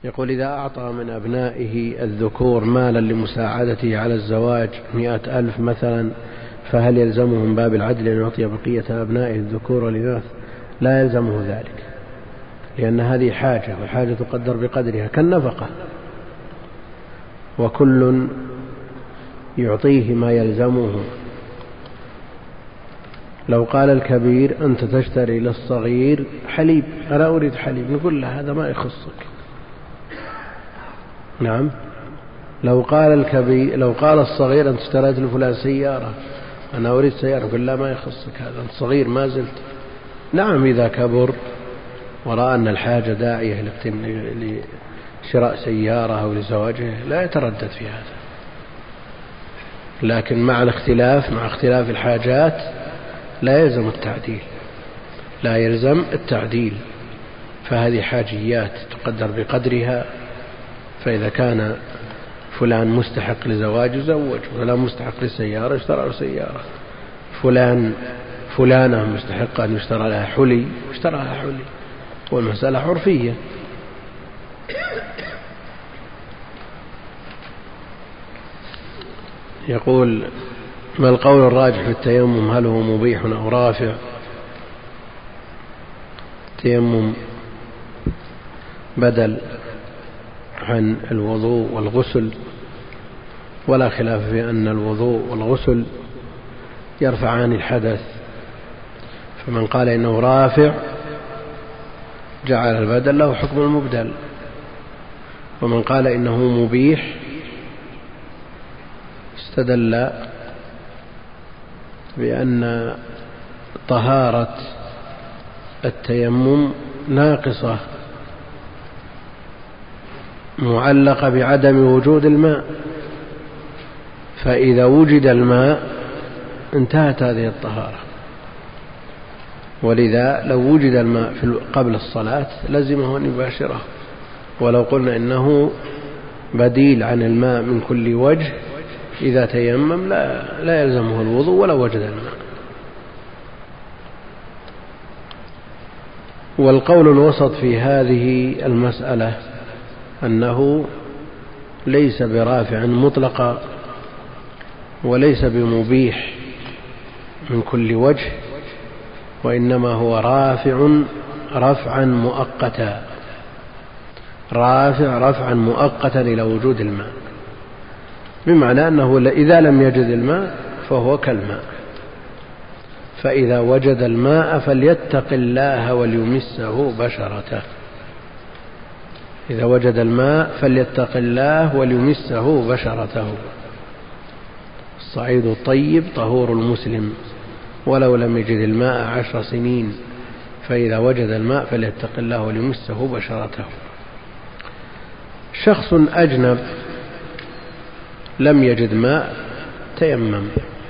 يقول: إذا أعطى من أبنائه الذكور مالا لمساعدته على الزواج 100,000 مثلا، فهل يلزمه من باب العدل أن يعطي بقية أبنائه الذكور والإناث؟ لا يلزمه ذلك، لأن هذه حاجة، والحاجة تقدر بقدرها كالنفقة، وكل يعطيه ما يلزمه. لو قال الكبير: أنت تشتري للصغير حليب، أنا أريد حليب، نقول له: هذا ما يخصك. نعم. لو قال الصغير: أنت اشتريت لفلان سيارة، أنا أريد سيارة، نقول: لا، ما يخصك هذا، أنت صغير ما زلت. نعم، إذا كبر ورأى أن الحاجة داعية لشراء سيارة أو لزواجه لا يتردد في هذا، لكن مع اختلاف الحاجات لا يلزم التعديل، فهذه حاجيات تقدر بقدرها. فإذا كان فلان مستحق لزواج زوج، فلان مستحق للسيارة اشترى له سيارة، فلانة مستحقة أن يشترى لها حلي اشترى لها حلي، والمسألة عرفية. يقول: ما القول الراجح في التيمم؟ هل هو مبيح أو رافع؟ التيمم بدل عن الوضوء والغسل، ولا خلاف في أن الوضوء والغسل يرفعان الحدث، فمن قال إنه رافع جعل البدل له حكم المبدل، ومن قال إنه مبيح استدل بأن طهارة التيمم ناقصة معلقة بعدم وجود الماء، فإذا وجد الماء انتهت هذه الطهارة، ولذا لو وجد الماء قبل الصلاة لزمه أن يباشره، ولو قلنا إنه بديل عن الماء من كل وجه إذا تيمم لا يلزمه الوضوء ولو وجد الماء. والقول الوسط في هذه المسألة أنه ليس برافع مطلقا وليس بمبيح من كل وجه، وإنما هو رفعا مؤقتا إلى وجود الماء، بمعنى أنه إذا لم يجد الماء فهو كالماء، فإذا وجد الماء فليتق الله وليمسه بشرته. إذا وجد الماء فليتق الله وليمسه بشرته. الصعيد الطيب طهور المسلم ولو لم يجد الماء 10 سنين، فإذا وجد الماء فليتق الله وليمسه بشرته. شخص أجنب لم يجد ماء تيمم،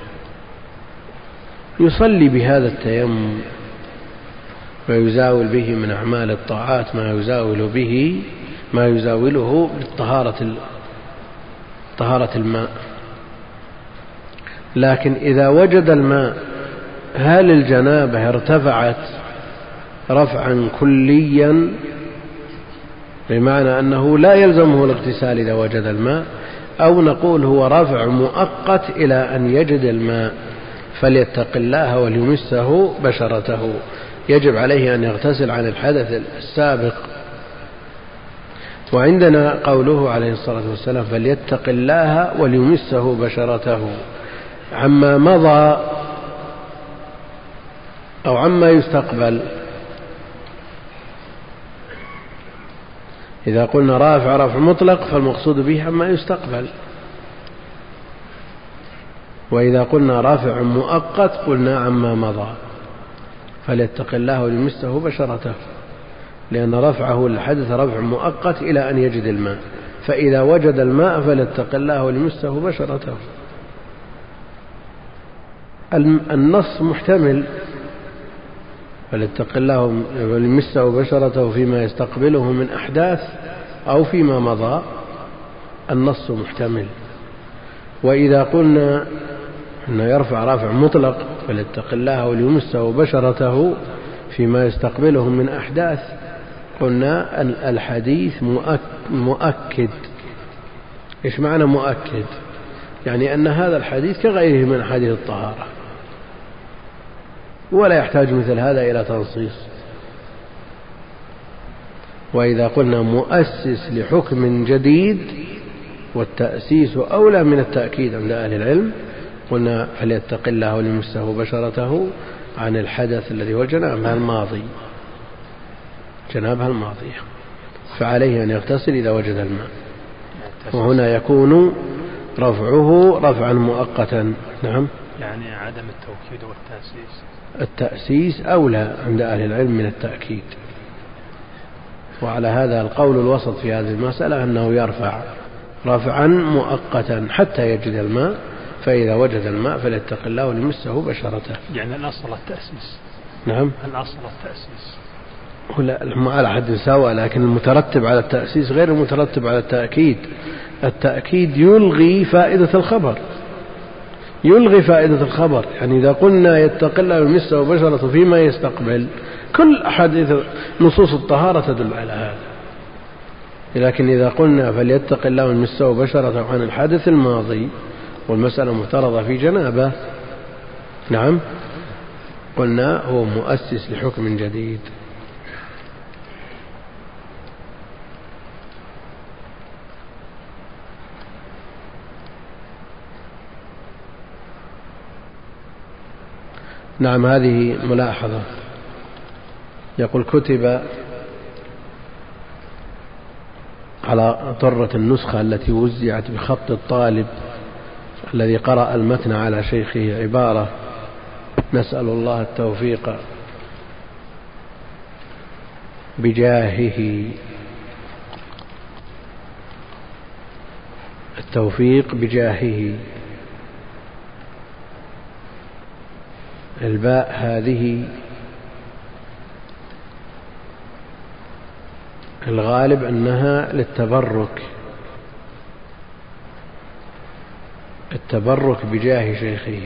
يصلي بهذا التيمم ويزاول به من أعمال الطاعات ما يزاوله طهارة الماء. لكن إذا وجد الماء هل الجنابة ارتفعت رفعا كليا، بمعنى أنه لا يلزمه الاغتسال إذا وجد الماء، أو نقول هو رفع مؤقت إلى أن يجد الماء فليتق الله وليمسه بشرته، يجب عليه أن يغتسل عن الحدث السابق. وعندنا قوله عليه الصلاة والسلام فليتق الله وليمسه بشرته عما مضى أو عما يستقبل. إذا قلنا رفع مطلق فالمقصود به عما يستقبل، وإذا قلنا رافع مؤقت قلنا عما مضى، فليتق الله وليمسه بشرته، لأن رفعه الحدث رفع مؤقت إلى أن يجد الماء، فإذا وجد الماء فليتق الله وليمسه بشرته. النص محتمل، فليتق الله وليمسه بشرته فيما يستقبله من أحداث أو فيما مضى، النص محتمل. وإذا قلنا أنه يرفع رفع مطلق فليتق الله وليمسه بشرته فيما يستقبله من أحداث، قلنا الحديث مؤكد. إيش معنى مؤكد؟ يعني أن هذا الحديث كغيره من حديث الطهارة، ولا يحتاج مثل هذا إلى تنصيص. وإذا قلنا مؤسس لحكم جديد، والتأسيس أولى من التأكيد عند أهل العلم، قلنا فليتق الله وليمسه بشرته عن الحدث الذي هو جنابها الماضية، فعليه أن يغتسل إذا وجد الماء. وهنا يكون رفعه رفعا مؤقتا. نعم، يعني عدم التوكيد التأسيس أولى عند أهل العلم من التأكيد. وعلى هذا القول الوسط في هذه المسألة أنه يرفع رفعا مؤقتا حتى يجد الماء، فإذا وجد الماء فليتق الله وليمسه بشرته. يعني الأصل التأسيس. نعم، الأصل التأسيس. هم على حد سواء، لكن المترتب على التأسيس غير المترتب على التأكيد. التأكيد يلغي فائدة الخبر. يعني إذا قلنا يتق الله وليمسه بشرته فيما يستقبل، كل أحاديث نصوص الطهارة تدل على هذا. لكن إذا قلنا فليتق الله وليمسه بشرته عن الحادث الماضي والمسألة مفترضة في جنابه، نعم، قلنا هو مؤسس لحكم جديد. نعم، هذه ملاحظة. يقول كتب على طرة النسخة التي وزعت بخط الطالب الذي قرأ المتن على شيخه عبارة: نسأل الله التوفيق بجاهه. الباء هذه الغالب أنها للتبرك، التبرك بجاه شيخه.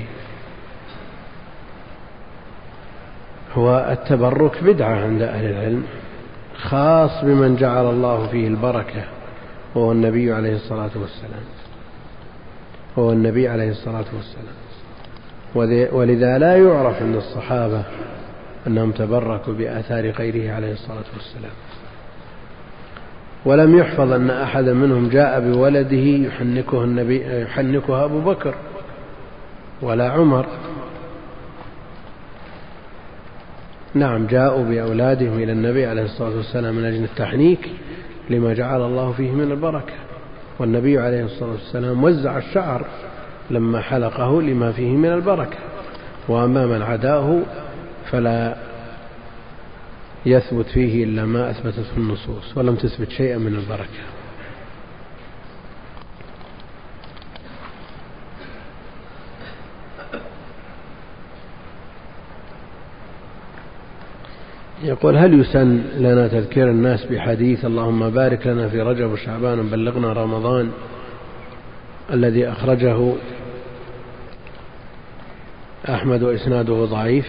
هو التبرك بدعة عند أهل العلم، خاص بمن جعل الله فيه البركة، وهو النبي عليه الصلاة والسلام. ولذا لا يعرف عند الصحابة أنهم تبركوا بآثار غيره عليه الصلاة والسلام. ولم يحفظ أن أحد منهم جاء بولده يحنكها أبو بكر ولا عمر. نعم، جاءوا بأولادهم إلى النبي عليه الصلاة والسلام من أجل التحنيك لما جعل الله فيه من البركة، والنبي عليه الصلاة والسلام وزع الشعر لما حلقه لما فيه من البركة. وأما من عداه فلا يثبت فيه إلا ما أثبتته النصوص، ولم تثبت شيئا من البركة. يقول: هل يسن لنا تذكير الناس بحديث اللهم بارك لنا في رجب وشعبان وبلغنا رمضان الذي أخرجه أحمد وإسناده ضعيف؟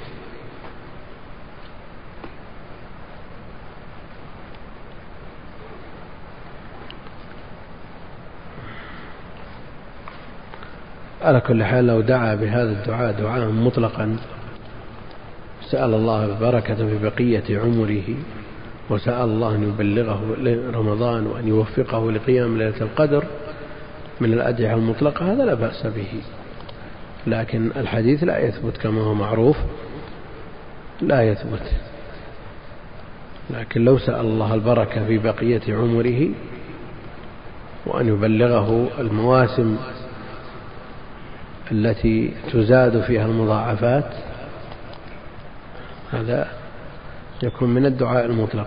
على كل حال، لو دعا بهذا الدعاء دعاء مطلقا، سأل الله البركة في بقية عمره، وسأل الله أن يبلغه رمضان وأن يوفقه لقيام ليلة القدر من الأدعية المطلقة، هذا لا بأس به. لكن الحديث لا يثبت كما هو معروف، لا يثبت. لكن لو سأل الله البركة في بقية عمره وأن يبلغه المواسم التي تزاد فيها المضاعفات، هذا يكون من الدعاء المطلق.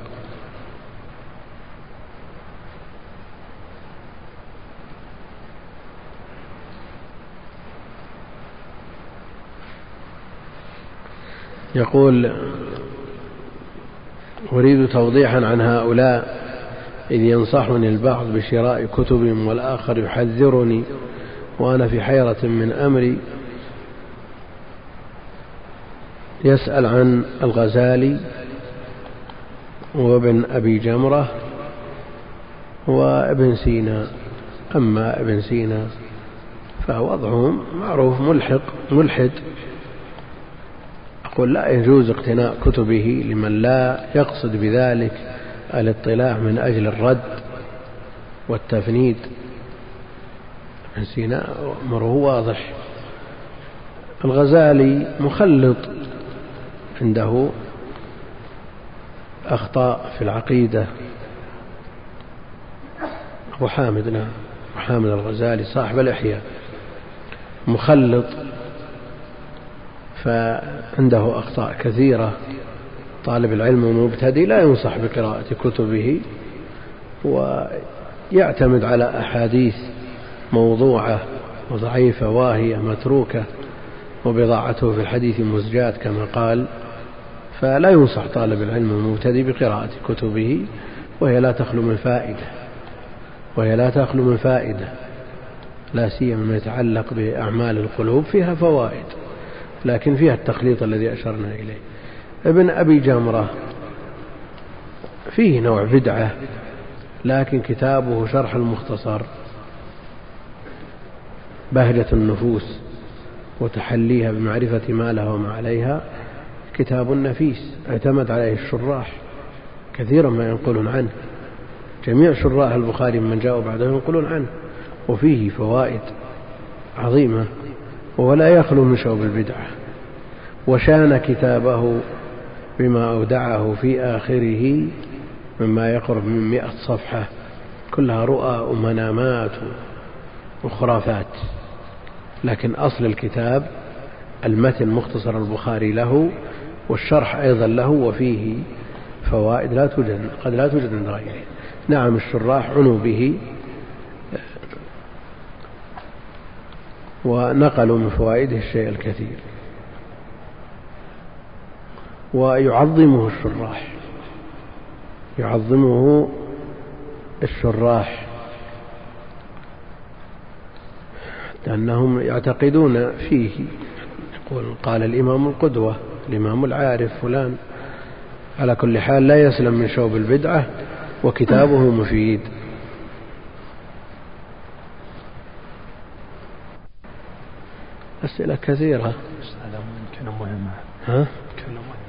يقول: أريد توضيحا عن هؤلاء، إذ ينصحني البعض بشراء كتبهم والآخر يحذرني وأنا في حيرة من أمري. يسأل عن الغزالي وابن أبي جمرة وابن سينا. أما ابن سينا فوضعه معروف ملحد. أقول لا يجوز اقتناء كتبه لمن لا يقصد بذلك الاطلاع من أجل الرد والتفنيد. ابن سينا أمره واضح. الغزالي مخلط، عنده أخطاء في العقيدة. أبو حامد، نعم، أبو حامد الغزالي صاحب الإحياء مخلط، فعنده أخطاء كثيرة. طالب العلم المبتدئ لا ينصح بقراءة كتبه، ويعتمد على أحاديث موضوعة وضعيفة واهية متروكة، وبضاعته في الحديث مزجات كما قال. فلا ينصح طالب العلم المبتدئ بقراءة كتبه، وهي لا تخلو من فائدة، لا سيما ما يتعلق بأعمال القلوب، فيها فوائد لكن فيها التخليط الذي أشرنا إليه. ابن أبي جمرة فيه نوع بدعة، لكن كتابه شرح المختصر بهجة النفوس وتحليها بمعرفة ما لها وما عليها كتاب نفيس، اعتمد عليه الشراح كثيرا ما ينقلون عنه. جميع شراح البخاري من جاءوا بعده ينقلون عنه، وفيه فوائد عظيمة ولا يخلو من شوب البدعة. وشان كتابه بما أودعه في آخره مما يقرب من 100 صفحة، كلها رؤى ومنامات وخرافات. لكن أصل الكتاب المتن مختصر البخاري له، والشرح أيضا له، وفيه فوائد قد لا توجد عند غيره. نعم، الشراح عنوا به ونقلوا من فوائده الشيء الكثير، ويعظمه الشراح لأنهم يعتقدون فيه. يقول قال الإمام القدوة، الإمام العارف فلان. على كل حال لا يسلم من شوب البدعة، وكتابه مفيد. أسئلة كثيرة. كلام مهم. ها؟ كلام مهم.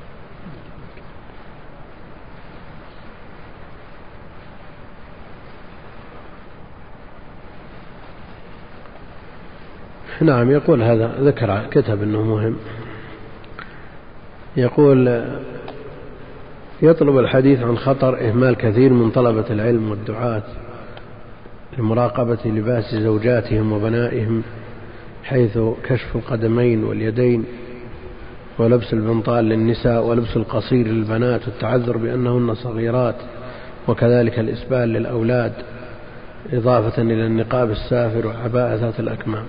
نعم، يقول هذا ذكر كتب أنه مهم. يقول يطلب الحديث عن خطر إهمال كثير من طلبة العلم والدعاة لمراقبة لباس زوجاتهم وبنائهم، حيث كشف القدمين واليدين، ولبس البنطال للنساء، ولبس القصير للبنات، والتعذر بأنهن صغيرات، وكذلك الإسبال للأولاد، إضافة إلى النقاب السافر وعباءة ذات الأكمام.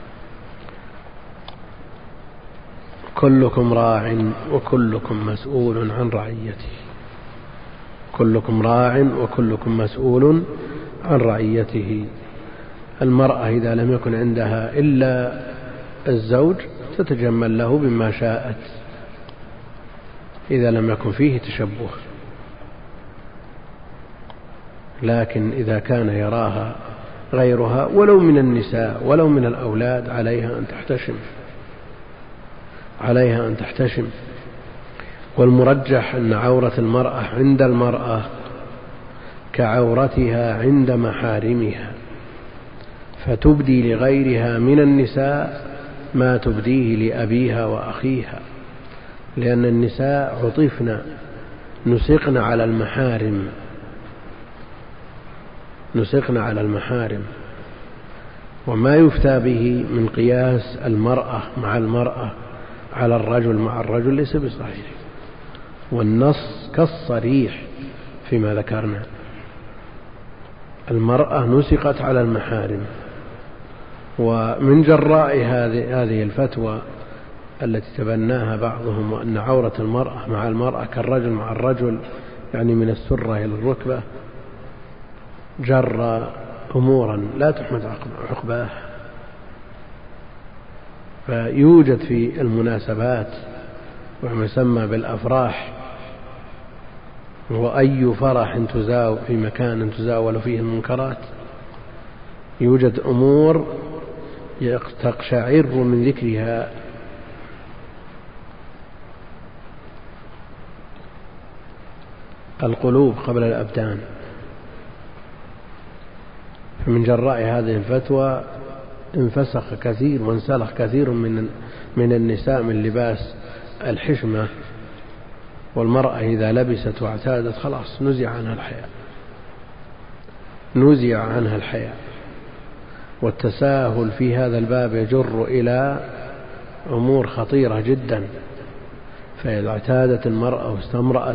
كلكم راع وكلكم مسؤول عن رعيته. كلكم راع وكلكم مسؤول عن رعيته. المرأة إذا لم يكن عندها إلا الزوج تتجمل له بما شاءت إذا لم يكن فيه تشبه، لكن إذا كان يراها غيرها ولو من النساء ولو من الأولاد عليها أن تحتشم. والمرجح أن عورة المرأة عند المرأة كعورتها عند محارمها، فتبدي لغيرها من النساء ما تبديه لأبيها وأخيها، لأن النساء عطفنا نسقن على المحارم، وما يفتى به من قياس المرأة مع المرأة على الرجل مع الرجل ليس بصحيح، والنص كالصريح فيما ذكرنا. المرأة نسقت على المحارم. ومن جراء هذه الفتوى التي تبناها بعضهم، وأن عورة المرأة مع المرأة كالرجل مع الرجل، يعني من السرة إلى الركبة، جرى أمورا لا تحمد عقباه. فيوجد في المناسبات وما يسمى بالأفراح وأي فرح في مكان تزاول فيه المنكرات. يوجد أمور تقشعر من ذكرها. القلوب قبل الأبدان. فمن جراء هذه الفتوى انفسخ كثير وانسلخ كثير من النساء من لباس الحشمة، والمرأة إذا لبست واعتادت خلاص نزع عنها الحياء. والتساهل في هذا الباب يجر إلى أمور خطيرة جدا. فإذا اعتادت المرأة واستمرأت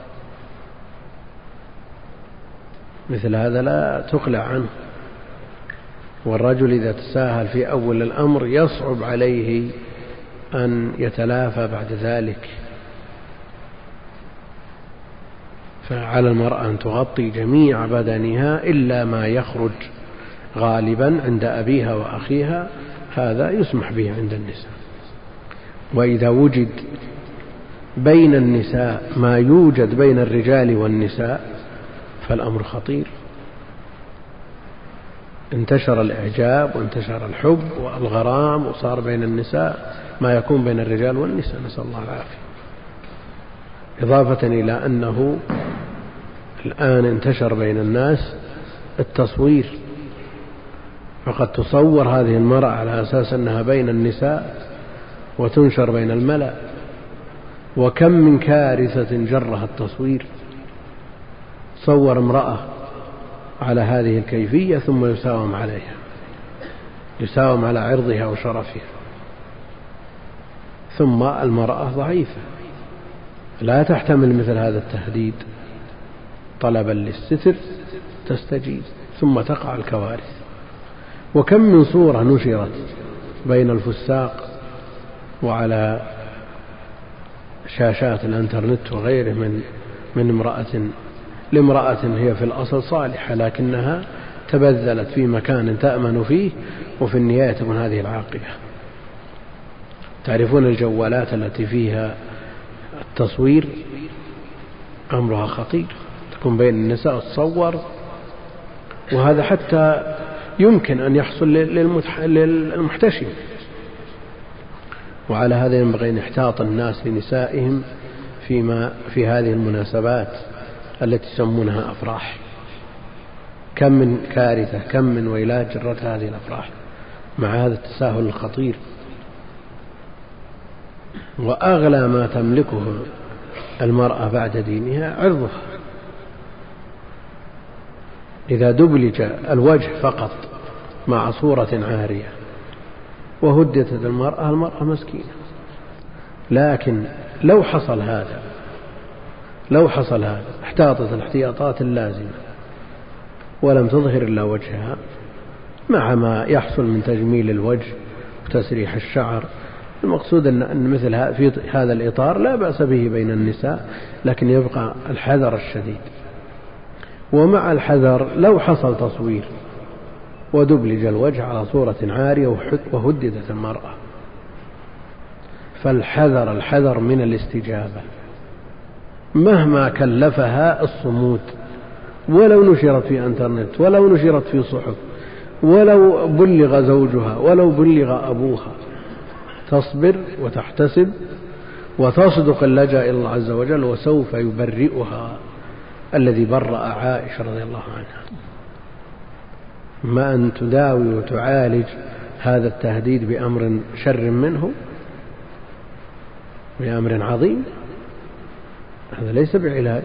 مثل هذا لا تقلع عنه. والرجل إذا تساهل في أول الأمر يصعب عليه أن يتلافى بعد ذلك. فعلى المرأة أن تغطي جميع بدنها إلا ما يخرج غالبا عند أبيها وأخيها، هذا يسمح به عند النساء. وإذا وجد بين النساء ما يوجد بين الرجال والنساء فالأمر خطير. انتشر الإعجاب وانتشر الحب والغرام، وصار بين النساء ما يكون بين الرجال والنساء، نسأل الله العافية. إضافة إلى أنه الآن انتشر بين الناس التصوير، فقد تصور هذه المرأة على أساس أنها بين النساء وتنشر بين الملأ. وكم من كارثة جرها التصوير. صور امرأة على هذه الكيفية ثم يساوم عليها، يساوم على عرضها وشرفها. ثم المرأة ضعيفة لا تحتمل مثل هذا التهديد، طلبا للستر تستجيب، ثم تقع الكوارث. وكم من صورة نشرت بين الفساق وعلى شاشات الانترنت وغيره من امرأة هي في الأصل صالحة لكنها تبذلت في مكان تأمن فيه، وفي النهاية تكون هذه العاقبة. تعرفون الجوالات التي فيها التصوير أمرها خطير، تكون بين النساء تصور، وهذا حتى يمكن أن يحصل للمحتشم. وعلى هذا ينبغي أن يحتاط الناس لنسائهم في هذه المناسبات التي يسمونها أفراح. كم من كارثة، كم من ويلات جرت هذه الأفراح مع هذا التساهل الخطير. وأغلى ما تملكه المرأة بعد دينها عرضها. إذا دبلج الوجه فقط مع صورة عارية وهدت المرأة مسكينة. لكن لو حصل هذا احتاطت الاحتياطات اللازمة ولم تظهر إلا وجهها، مع ما يحصل من تجميل الوجه وتسريح الشعر. المقصود أن مثل في هذا الإطار لا بأس به بين النساء، لكن يبقى الحذر الشديد. ومع الحذر لو حصل تصوير ودبلج الوجه على صورة عارية وهددت المرأة، فالحذر من الاستجابة مهما كلفها الصمود، ولو نشرت في انترنت، ولو نشرت في صحف، ولو بلغ زوجها، ولو بلغ أبوها، تصبر وتحتسب وتصدق اللجأ إلى الله عز وجل، وسوف يبرئها الذي برأ عائشة رضي الله عنها. ما أن تداوي وتعالج هذا التهديد بأمر شر منه، بأمر عظيم، هذا ليس بعلاج.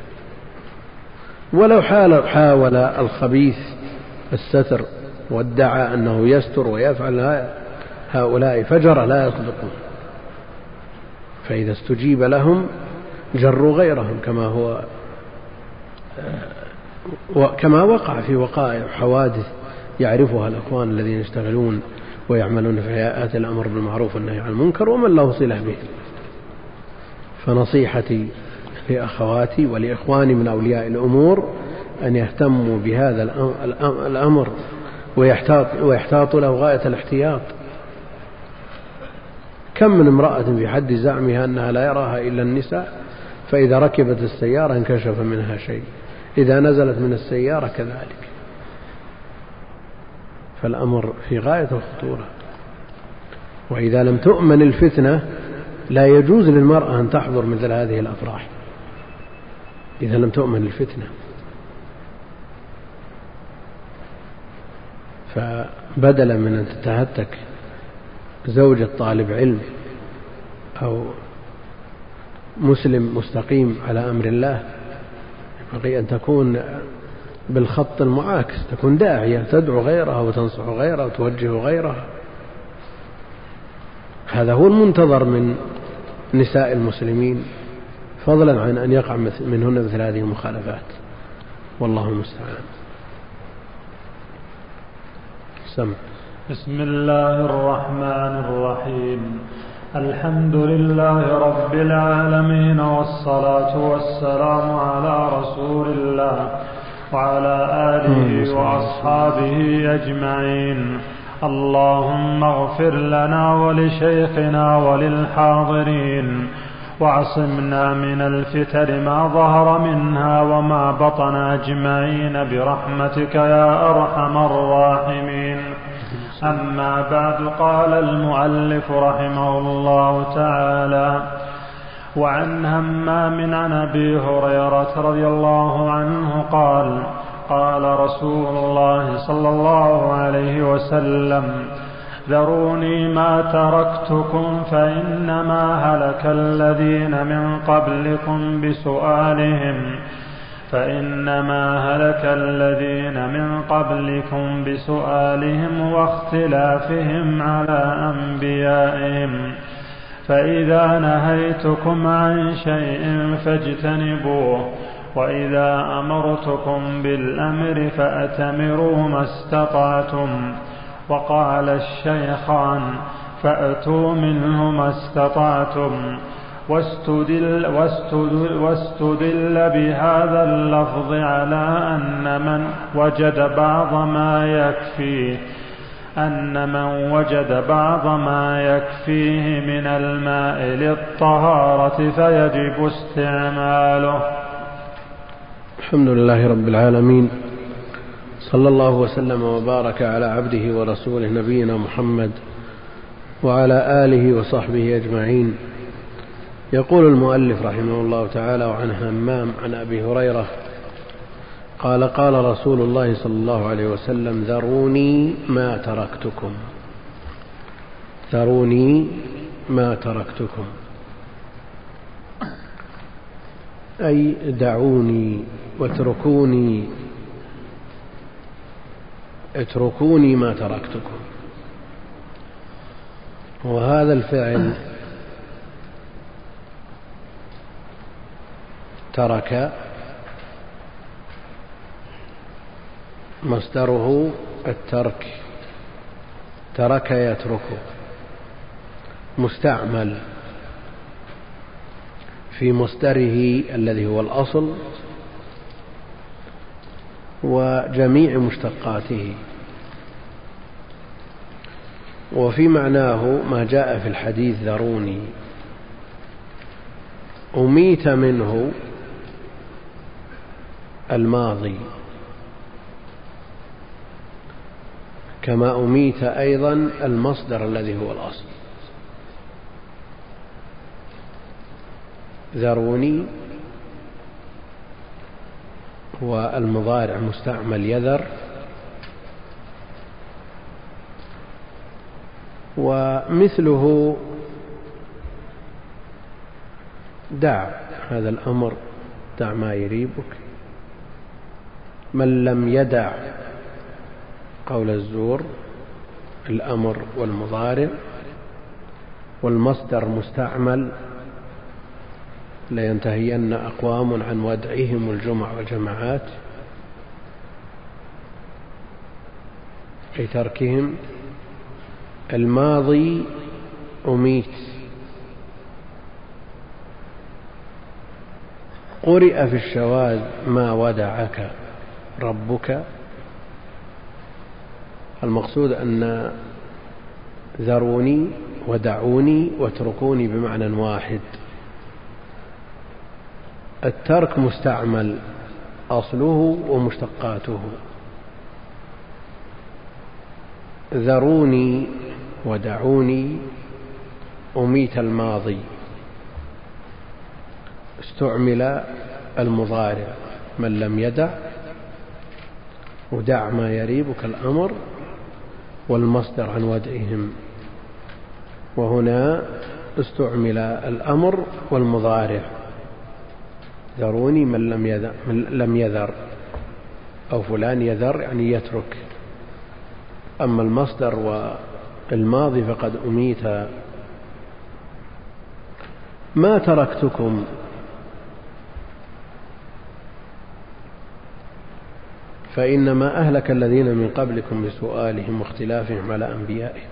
ولو حاول الخبيث الستر وادعى أنه يستر ويفعل، هؤلاء فجر لا يصدقون. فإذا استجيب لهم جروا غيرهم، كما وقع في وقائع حوادث يعرفها الأخوان الذين يشتغلون ويعملون في هيئات الأمر بالمعروف والنهي عن المنكر ومن له صلة به. فنصيحتي لأخواتي ولإخواني من أولياء الأمور أن يهتموا بهذا الأمر ويحتاطوا له غاية الاحتياط. كم من امرأة في حد زعمها أنها لا يراها إلا النساء فإذا ركبت السيارة انكشف منها شيء، إذا نزلت من السيارة كذلك. فالأمر في غاية الخطورة. وإذا لم تؤمن الفتنة لا يجوز للمرأة أن تحضر مثل هذه الأفراح، إذا لم تؤمن الفتنة. فبدلا من أن تتهتك زوجة طالب علم أو مسلم مستقيم على أمر الله، ينبغي أن تكون بالخط المعاكس، تكون داعية تدعو غيرها وتنصح غيرها وتوجه غيرها. هذا هو المنتظر من نساء المسلمين، فضلا عن أن يقع منهن مثل هذه المخالفات، والله المستعان. سمع. بسم الله الرحمن الرحيم. الحمد لله رب العالمين، والصلاة والسلام على رسول الله وعلى آله وأصحابه أجمعين. اللهم اغفر لنا ولشيخنا وللحاضرين، واعصمنا من الفتن ما ظهر منها وما بطن أجمعين برحمتك يا أرحم الراحمين. أما بعد، قال المؤلف رحمه الله تعالى: وعن همام عن أبي هريرة رضي الله عنه قال: قال رسول الله صلى الله عليه وسلم: ذروني ما تركتكم فإنما هلك الذين من قبلكم بسؤالهم واختلافهم على أنبيائهم، فإذا نهيتكم عن شيء فاجتنبوه، وإذا أمرتكم بالأمر فأتمروا ما استطعتم. وقال الشيخان: فأتوا منه ما استطعتم. واستدل بهذا اللفظ على أن من وجد بعض ما يكفيه من الماء للطهارة فيجب استعماله. الحمد لله رب العالمين، صلى الله وسلم وبارك على عبده ورسوله نبينا محمد وعلى آله وصحبه أجمعين. يقول المؤلف رحمه الله تعالى: وعن همام عن أبي هريرة قال: قال رسول الله صلى الله عليه وسلم: ذروني ما تركتكم. ذروني ما تركتكم، أي دعوني واتركوني، اتركوني ما تركتكم. وهذا الفعل ترك مصدره الترك، ترك يترك، مستعمل في مصدره الذي هو الأصل وجميع مشتقاته. وفي معناه ما جاء في الحديث: ذروني. أميت منه الماضي، كما أميت أيضا المصدر الذي هو الأصل. ذروني والمضارع مستعمل يذر، ومثله دع هذا الأمر، دع ما يريبك. من لم يدع قول الزور، الأمر والمضارع، والمصدر مستعمل: لينتهين أقوام عن ودعهم الجمع والجماعات، أي تركهم. الماضي أميت. قرئ في الشواذ: ما ودعك ربك. المقصود أن ذروني ودعوني واتركوني بمعنى واحد، الترك مستعمل أصله ومشتقاته. ذروني ودعوني أميت الماضي، استعمل المضارع من لم يدع، ودع ما يريبك الأمر، والمصدر عن ودعهم. وهنا استعمل الأمر والمضارع. ذروني من لم يذر، أو فلان يذر يعني يترك. أما المصدر والماضي فقد أميت. ما تركتكم، فإنما أهلك الذين من قبلكم بسؤالهم واختلافهم على أنبيائهم.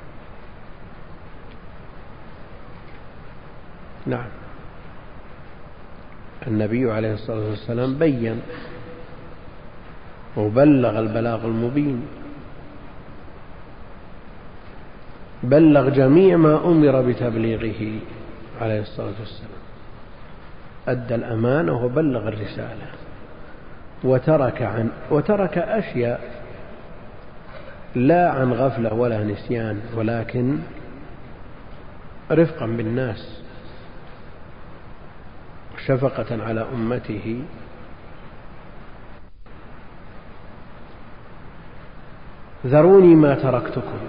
نعم، النبي عليه الصلاة والسلام بين وبلغ البلاغ المبين، بلغ جميع ما أمر بتبليغه عليه الصلاة والسلام، أدى الأمانة وبلغ الرسالة، وترك أشياء لا عن غفلة ولا نسيان، ولكن رفقا بالناس، شفقة على أمته. ذروني ما تركتكم،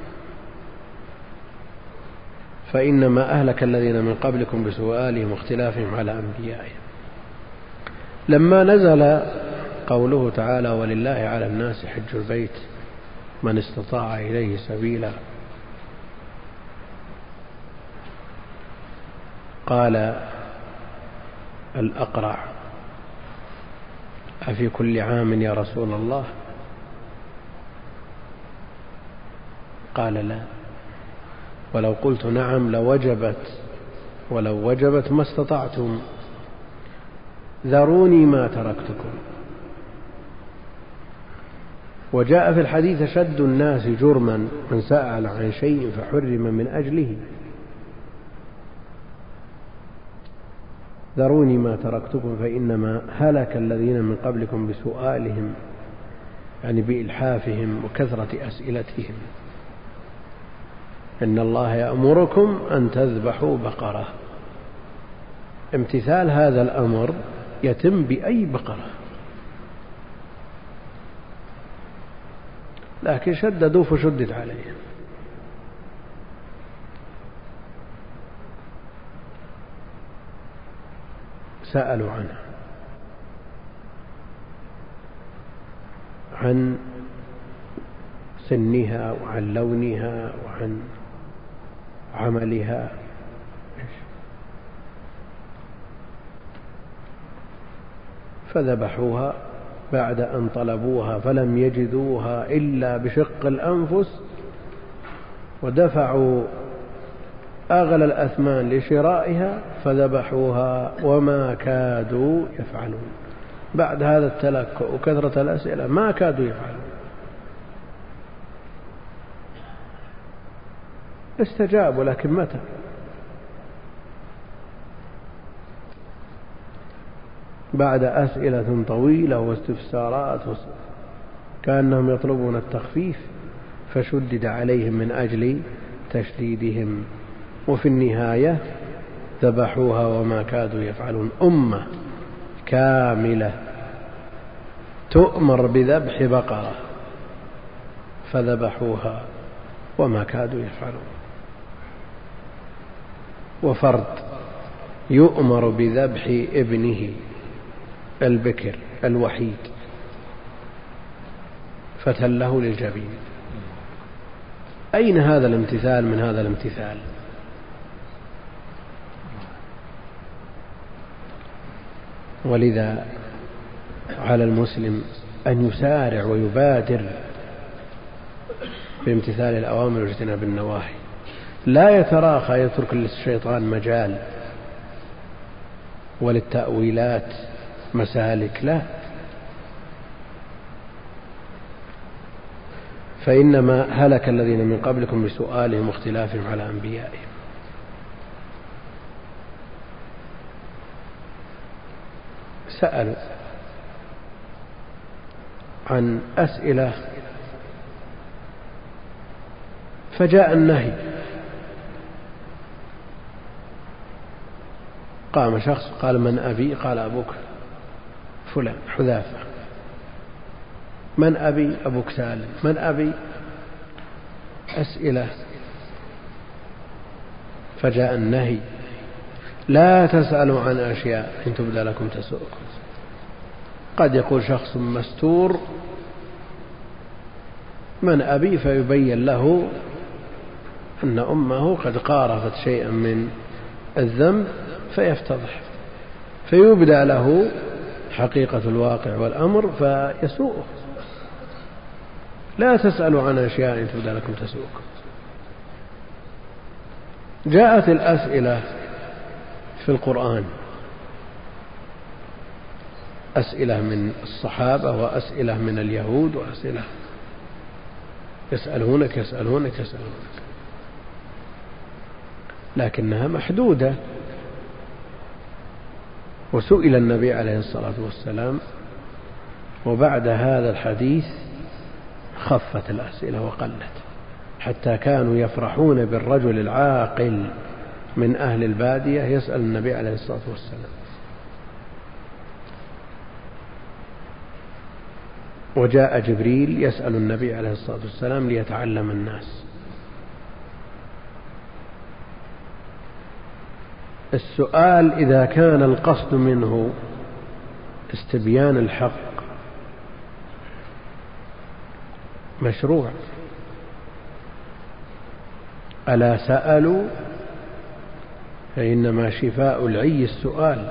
فإنما أهلك الذين من قبلكم بسؤالهم واختلافهم على أنبيائهم. لما نزل قوله تعالى ولله على الناس حج البيت من استطاع إليه سبيلا، قال الأقرع أفي كل عام يا رسول الله؟ قال لا، ولو قلت نعم ولو وجبت ما استطعتم. ذروني ما تركتكم. وجاء في الحديث شد الناس جرما من سأل عن شيء فحرم من أجله. ذروني ما تركتكم فإنما هلك الذين من قبلكم بسؤالهم، يعني بإلحافهم وكثرة أسئلتهم. إن الله يأمركم أن تذبحوا بقرة. امتثال هذا الأمر يتم بأي بقرة، لكن شددوا فشدد عليهم. سألوا عنها، عن سنها وعن لونها وعن عملها، فذبحوها بعد أن طلبوها فلم يجدوها إلا بشق الأنفس، ودفعوا أغلى الأثمان لشرائها فذبحوها وما كادوا يفعلون. بعد هذا التلكؤ وكثرة الأسئلة ما كادوا يفعلون، استجابوا، لكن متى؟ بعد أسئلة طويلة واستفسارات، كأنهم يطلبون التخفيف، فشدد عليهم من أجل تشديدهم، وفي النهاية ذبحوها وما كادوا يفعلون. أمة كاملة تؤمر بذبح بقرة فذبحوها وما كادوا يفعلون، وفرد يؤمر بذبح ابنه البكر الوحيد فتله للجبين. أين هذا الامتثال من هذا الامتثال؟ ولذا على المسلم أن يسارع ويبادر بامتثال الأوامر واجتناب النواهي، لا يتراخى يترك للشيطان مجال وللتأويلات مسالك، لا، فإنما هلك الذين من قبلكم بسؤالهم واختلافهم على أنبيائهم. سألوا عن أسئلة فجاء النهي. قام شخص قال: من أبي؟ قال: أبوك فلان حذافة. من أبي؟ أبوك سالم. من أبي؟ أسئلة. فجاء النهي: لا تسألوا عن أشياء إن تبدى لكم تسؤكم. قد يقول شخص مستور: من أبي؟ فيبين له أن أمه قد قارفت شيئا من الذنب فيفتضح، فيبدى له حقيقة الواقع والأمر فيسوءه. لا تسألوا عن أشياء إن تبدى لكم تسؤكم. جاءت الأسئلة في القرآن، أسئلة من الصحابة وأسئلة من اليهود وأسئلة يسألونك، لكنها محدودة. وسئل النبي عليه الصلاة والسلام، وبعد هذا الحديث خفت الأسئلة وقلت، حتى كانوا يفرحون بالرجل العاقل من أهل البادية يسأل النبي عليه الصلاة والسلام. وجاء جبريل يسأل النبي عليه الصلاة والسلام ليتعلم الناس. السؤال إذا كان القصد منه استبيان الحق مشروع. ألا سألوا فإنما شفاء العي السؤال.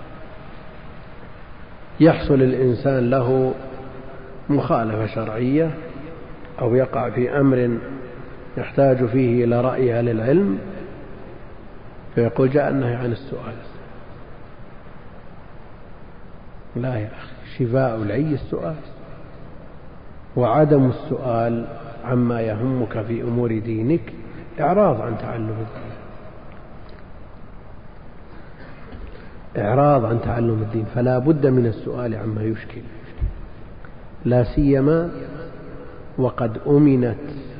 يحصل الإنسان له مخالفة شرعية أو يقع في أمر يحتاج فيه إلى رأي أهل العلم فيقول: جاء النهي عن السؤال. لا يا أخي، شفاء العي السؤال، وعدم السؤال عما يهمك في أمور دينك إعراض عن تعلم الدين، إعراض عن تعلم الدين. فلا بد من السؤال عما يشكل، لا سيما وقد أمنت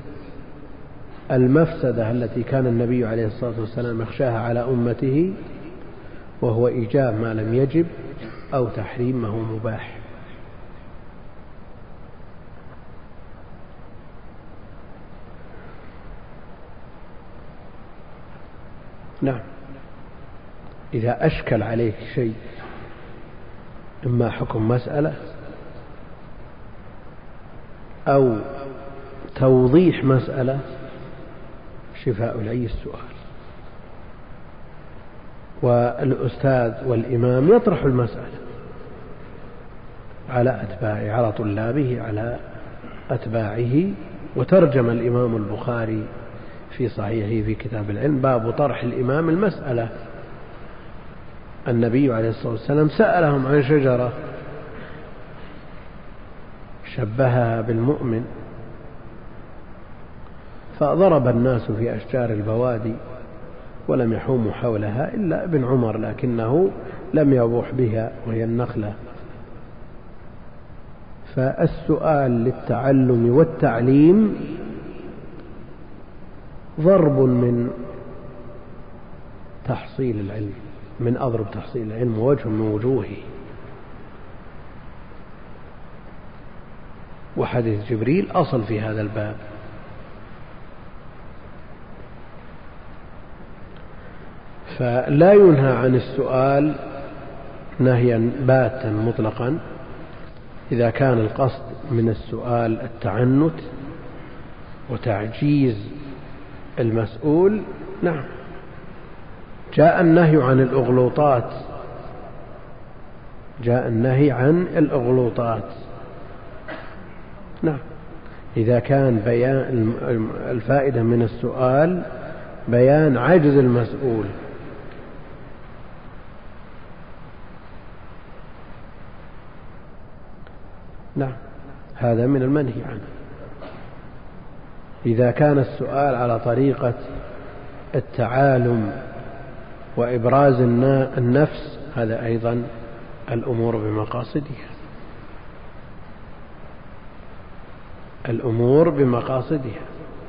المفسدة التي كان النبي عليه الصلاة والسلام يخشاها على أمته، وهو إيجاب ما لم يجب أو تحريم ما هو مباح. نعم، إذا أشكل عليك شيء، إما حكم مسألة أو توضيح مسألة، شفاء العي السؤال. والأستاذ والإمام يطرح المسألة على أتباعه، على طلابه، على أتباعه. وترجم الإمام البخاري في صحيحه في كتاب العلم باب طرح الإمام المسألة. النبي عليه الصلاة والسلام سألهم عن شجرة شبهها بالمؤمن، فضرب الناس في أشجار البوادي ولم يحوموا حولها إلا ابن عمر، لكنه لم يبوح بها وهي النخلة. فالسؤال للتعلم والتعليم ضرب من تحصيل العلم، من أضرب تحصيل العلم، ووجه من وجوهه. وحديث جبريل أصل في هذا الباب. فلا ينهى عن السؤال نهيا باتا مطلقا إذا كان القصد من السؤال التعنت وتعجيز المسؤول. نعم، جاء النهي عن الأغلوطات، جاء النهي عن الأغلوطات. نعم، إذا كان بيان الفائدة من السؤال بيان عجز المسؤول. نعم، هذا من المنهي عنه. إذا كان السؤال على طريقة التعالم وإبراز النفس، هذا أيضا الأمور بمقاصدها، الأمور بمقاصدها.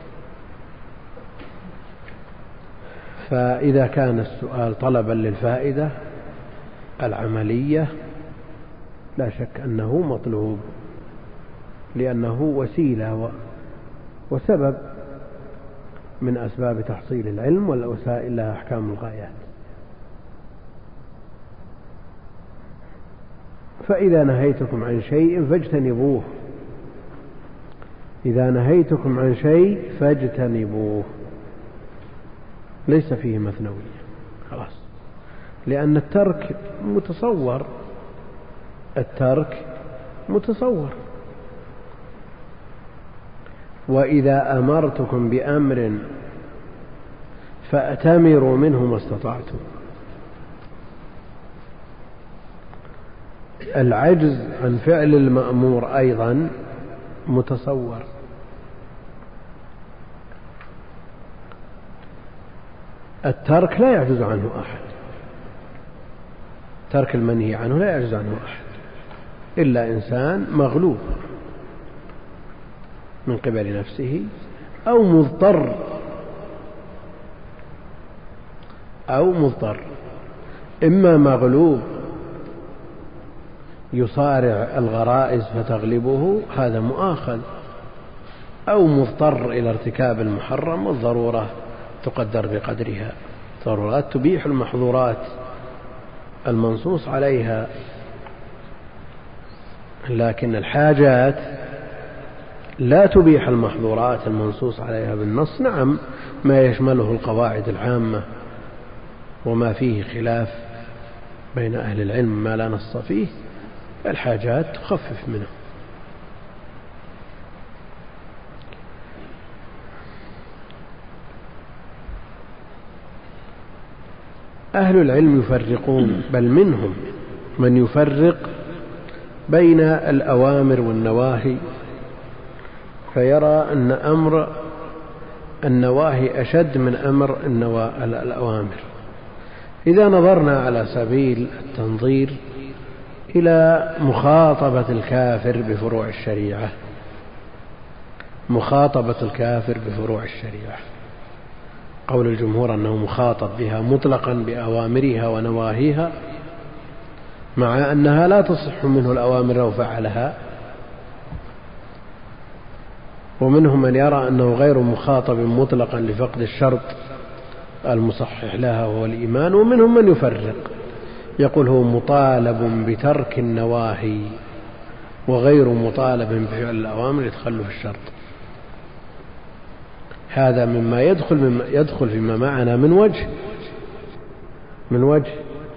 فإذا كان السؤال طلبا للفائدة العملية لا شك أنه مطلوب، لأنه وسيلة وسبب من أسباب تحصيل العلم، والوسائل لها أحكام الغايات. فإذا نهيتكم عن شيء فاجتنبوه، إذا نهيتكم عن شيء فاجتنبوه، ليس فيه مثنوية خلاص، لأن الترك متصور، الترك متصور. وإذا أمرتكم بأمر فأتمروا منه ما استطعتم. العجز عن فعل المأمور أيضا متصور. الترك لا يعجز عنه أحد، ترك المنهي عنه لا يعجز عنه أحد إلا إنسان مغلوب من قبل نفسه أو مضطر، أو مضطر، إما مغلوب يصارع الغرائز فتغلبه هذا مؤاخذ، أو مضطر إلى ارتكاب المحرم، والضرورة تقدر بقدرها، ضرورات تبيح المحظورات المنصوص عليها. لكن الحاجات لا تبيح المحظورات المنصوص عليها بالنص، نعم ما يشمله القواعد العامة وما فيه خلاف بين أهل العلم ما لا نص فيه، الحاجات تخفف منه. أهل العلم يفرقون، بل منهم من يفرق بين الأوامر والنواهي، فيرى أن أمر النواهي أشد من أمر الأوامر. إذا نظرنا على سبيل التنظير إلى مخاطبة الكافر بفروع الشريعة، مخاطبة الكافر بفروع الشريعة، قول الجمهور أنه مخاطب بها مطلقا بأوامرها ونواهيها، مع أنها لا تصح منه الأوامر لو فعلها. ومنهم من يرى أنه غير مخاطب مطلقا لفقد الشرط المصحح لها وهو الإيمان. ومنهم من يفرق يقول هو مطالب بترك النواهي وغير مطالب بفعل الأوامر يدخل في الشرط. هذا مما يدخل فيما معنا من وجه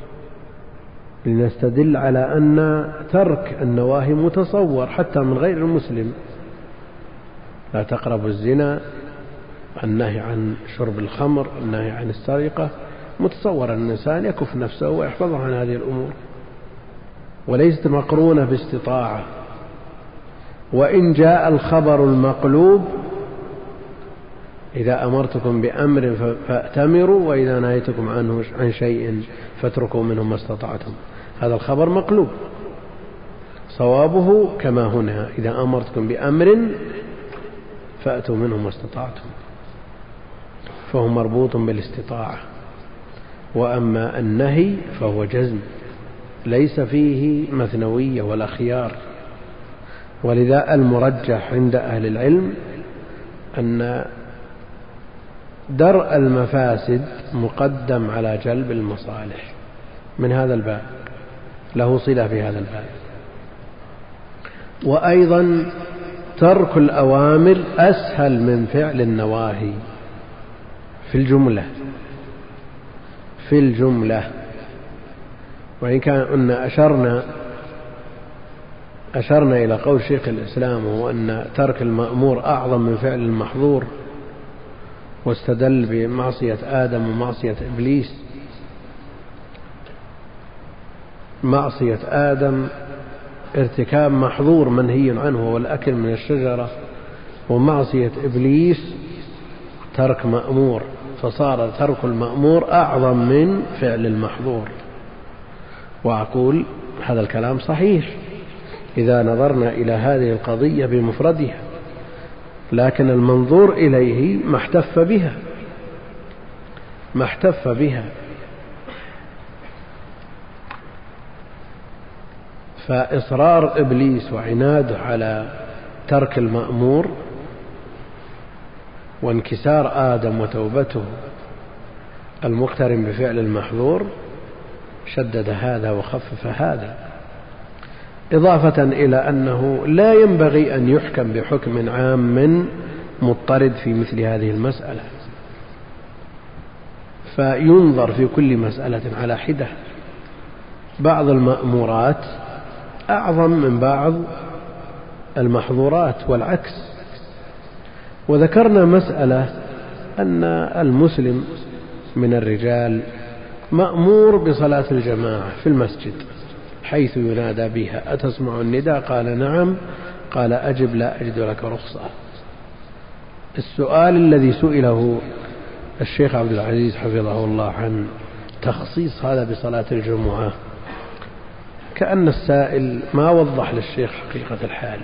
لنستدل على أن ترك النواهي متصور حتى من غير المسلم. لا تقربوا الزنا، النهي عن شرب الخمر، النهي عن السرقة، متصور أن الإنسان يكف نفسه ويحفظه عن هذه الأمور، وليست مقرونة باستطاعة. وإن جاء الخبر المقلوب إذا أمرتكم بأمر فأتمروا وإذا نهيتكم عن شيء فاتركوا منه ما استطعتم، هذا الخبر مقلوب، صوابه كما هنا إذا أمرتكم بأمر فأتوا منه ما استطعتم، فهو مربوط بالاستطاعة. وأما النهي فهو جزم ليس فيه مثنوية ولا خيار. ولذا المرجح عند أهل العلم أن درء المفاسد مقدم على جلب المصالح، من هذا الباب له صلة في هذا الباب. وأيضا ترك الأوامر أسهل من فعل النواهي في الجملة. وإن كان أشرنا إلى قول شيخ الإسلام وهو أن ترك المأمور أعظم من فعل المحظور، واستدل بمعصية آدم ومعصية إبليس. معصية آدم ارتكاب محظور منهي عنه والأكل من الشجرة، ومعصية إبليس ترك مأمور، فصار ترك المأمور أعظم من فعل المحظور. وأقول هذا الكلام صحيح إذا نظرنا إلى هذه القضية بمفردها، لكن المنظور إليه ما احتف بها. فإصرار إبليس وعناده على ترك المأمور وانكسار آدم وتوبته المقترن بفعل المحظور شدد هذا وخفف هذا، إضافة إلى أنه لا ينبغي أن يحكم بحكم عام مضطرد في مثل هذه المسألة، فينظر في كل مسألة على حدة. بعض المأمورات أعظم من بعض المحظورات والعكس. وذكرنا مسألة أن المسلم من الرجال مأمور بصلاة الجماعة في المسجد حيث ينادى بها: أتسمع النداء؟ قال: نعم. قال: أجب، لا أجد لك رخصة. السؤال الذي سئله الشيخ عبد العزيز حفظه الله عن تخصيص هذا بصلاة الجمعة، كأن السائل ما وضح للشيخ حقيقة الحال،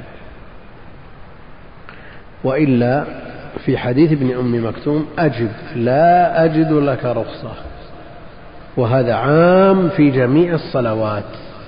وإلا في حديث ابن أم مكتوم: أجب، لا أجد لك رخصة، وهذا عام في جميع الصلوات.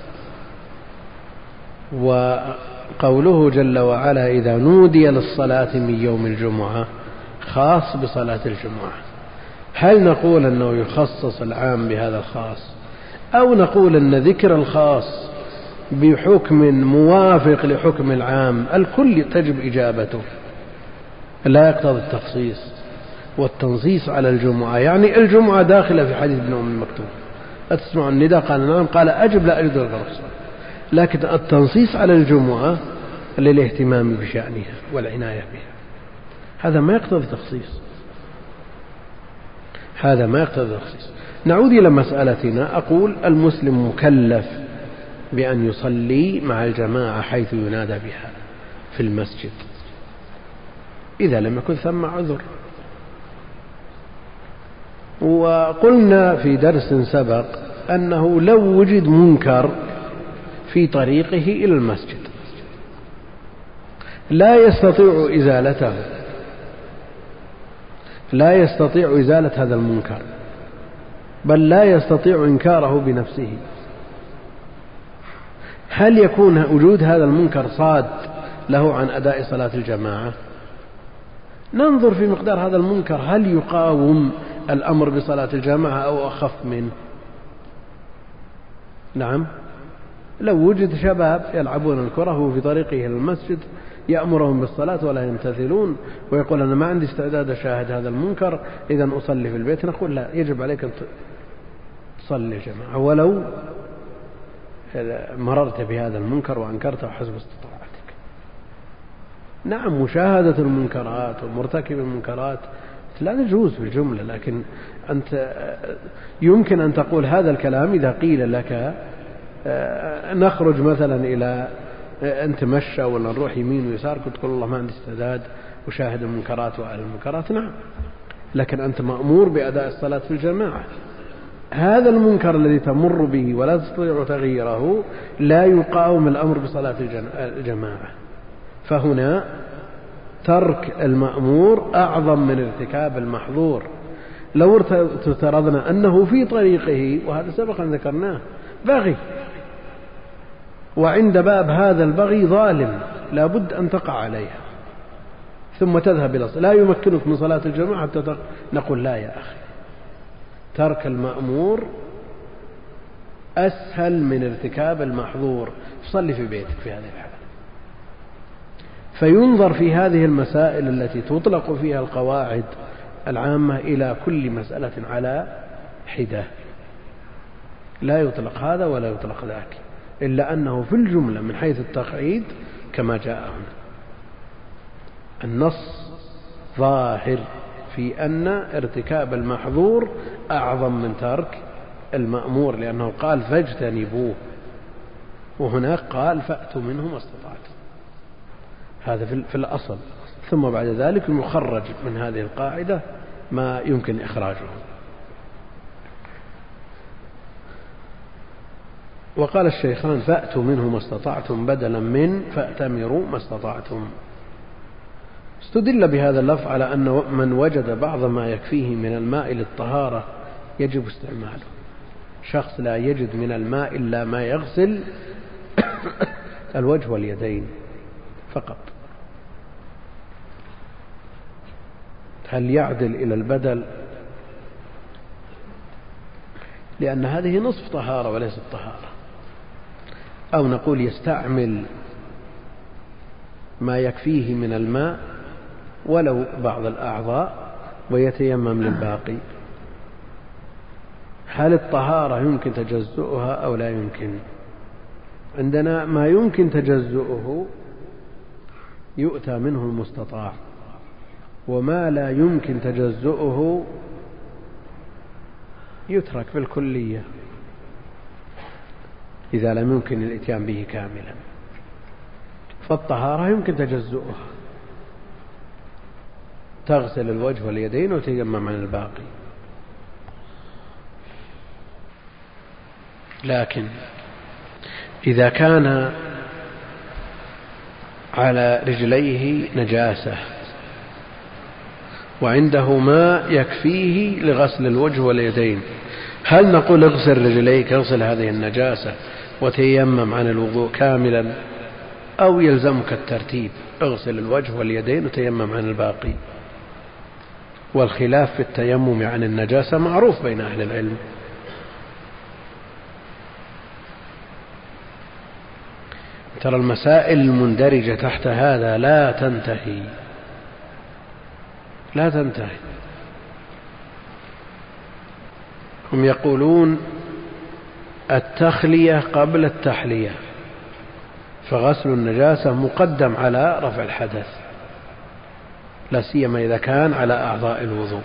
وقوله جل وعلا: إذا نودي للصلاة من يوم الجمعة، خاص بصلاة الجمعة. هل نقول أنه يخصص العام بهذا الخاص، أو نقول أن ذكر الخاص بحكم موافق لحكم العام الكل تجب إجابته، لا يقتضي التخصيص والتنصيص على الجمعة؟ يعني الجمعة داخلة في حديث ابن أم مكتوم: أتسمع النداء؟ قال: نعم. قال: أجب، لا أجد لك رخصة. لكن التنصيص على الجمعة للاهتمام بشأنها والعناية بها، هذا ما يقتضي تخصيص، هذا ما يقتضي تخصيص. نعود إلى مسألتنا. أقول: المسلم مكلف بأن يصلي مع الجماعة حيث ينادى بها في المسجد إذا لم يكن ثم عذر. وقلنا في درس سبق أنه لو وجد منكر في طريقه إلى المسجد لا يستطيع إزالة هذا المنكر، بل لا يستطيع إنكاره بنفسه، هل يكون وجود هذا المنكر صاد له عن أداء صلاة الجماعة؟ ننظر في مقدار هذا المنكر، هل يقاوم الأمر بصلاة الجماعة أو أخف منه؟ نعم، لو وجد شباب يلعبون الكرة وفي طريقه إلى المسجد يأمرهم بالصلاة ولا يمتثلون، ويقول: أنا ما عندي استعداد أشاهد هذا المنكر، إذا أصلي في البيت. نقول: لا، يجب عليك أن تصلي جماعة ولو مررت بهذا المنكر وأنكرته حسب استطاعتك. نعم، مشاهدة المنكرات ومرتكب المنكرات لا تجوز بالجملة، لكن أنت يمكن أن تقول هذا الكلام إذا قيل لك نخرج مثلا إلى أنت مشى ولا نروح يمين ويسار، كنت تقول: الله ما عندي استعداد أشاهد المنكرات وأهل المنكرات. نعم، لكن أنت مأمور بأداء الصلاة في الجماعة. هذا المنكر الذي تمر به ولا تستطيع تغييره لا يقاوم الأمر بصلاة الجماعة، فهنا ترك المأمور أعظم من ارتكاب المحظور. لو افترضنا أنه في طريقه، وهذا سبق أن ذكرناه، بغي، وعند باب هذا البغي ظالم لا بد أن تقع عليها ثم تذهب إلى لا يمكنك من صلاة الجماعة حتى نقول: لا يا أخي، ترك المأمور أسهل من ارتكاب المحظور، صلي في بيتك في هذه الحالة. فينظر في هذه المسائل التي تطلق فيها القواعد العامة إلى كل مسألة على حدة، لا يطلق هذا ولا يطلق ذاك، إلا أنه في الجملة من حيث التقعيد كما جاء هنا. النص ظاهر في أن ارتكاب المحظور أعظم من ترك المأمور، لأنه قال: فاجتنبوه، وهناك قال: فأتوا منه ما استطعتم. هذا في الأصل، ثم بعد ذلك يخرج من هذه القاعدة ما يمكن إخراجه. وقال الشيخان فأتوا منه ما استطعتم بدلا من فأتمروا ما استطعتم. استدل بهذا اللفظ على أن من وجد بعض ما يكفيه من الماء للطهارة يجب استعماله. شخص لا يجد من الماء إلا ما يغسل الوجه واليدين فقط، هل يعدل إلى البدل؟ لأن هذه نصف طهارة وليست طهارة. أو نقول يستعمل ما يكفيه من الماء ولو بعض الأعضاء ويتيمم للباقي. هل الطهارة يمكن تجزؤها أو لا يمكن؟ عندنا ما يمكن تجزؤه يؤتى منه المستطاع، وما لا يمكن تجزؤه يترك بالكلية إذا لم يمكن الإتيان به كاملا. فالطهارة يمكن تجزؤها، تغسل الوجه واليدين وتيمم عن الباقي. لكن إذا كان على رجليه نجاسة وعنده ماء يكفيه لغسل الوجه واليدين، هل نقول اغسل رجليك اغسل هذه النجاسة وتيمم عن الوضوء كاملا، أو يلزمك الترتيب اغسل الوجه واليدين وتيمم عن الباقي؟ والخلاف في التيمم عن النجاسة معروف بين أهل العلم. ترى المسائل المندرجة تحت هذا لا تنتهي. هم يقولون التخلية قبل التحلية، فغسل النجاسة مقدم على رفع الحدث، لا سيما إذا كان على أعضاء الوضوء،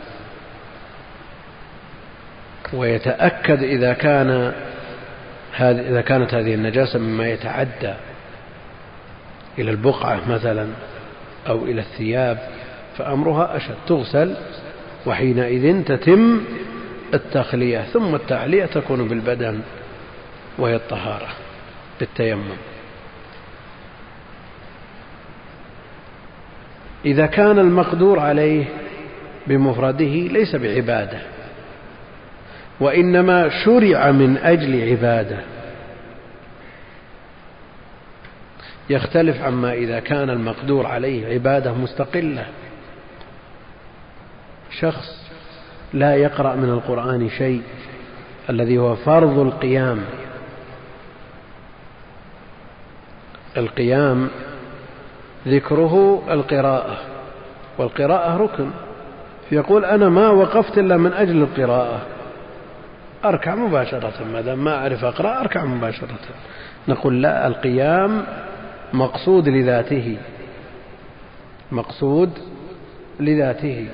ويتأكد إذا كانت هذه النجاسة مما يتعدى إلى البقعة مثلا أو إلى الثياب فأمرها أشد، تغسل وحينئذ تتم التخلية، ثم التحلية تكون بالبدن وهي الطهارة بالتيمم. إذا كان المقدور عليه بمفرده ليس بعبادة، وإنما شرع من أجل عبادة، يختلف عما إذا كان المقدور عليه عبادة مستقلة. شخص لا يقرأ من القرآن شيء الذي هو فرض القيام ذكره القراءة، والقراءة ركن، فيقول أنا ما وقفت إلا من أجل القراءة، أركع مباشرة، ما دام ما أعرف أقرأ أركع مباشرة. نقول لا، القيام مقصود لذاته،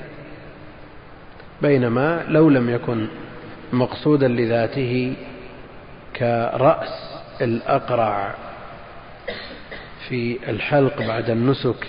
بينما لو لم يكن مقصودا لذاته كرأس الأقرع في الحلق بعد النسك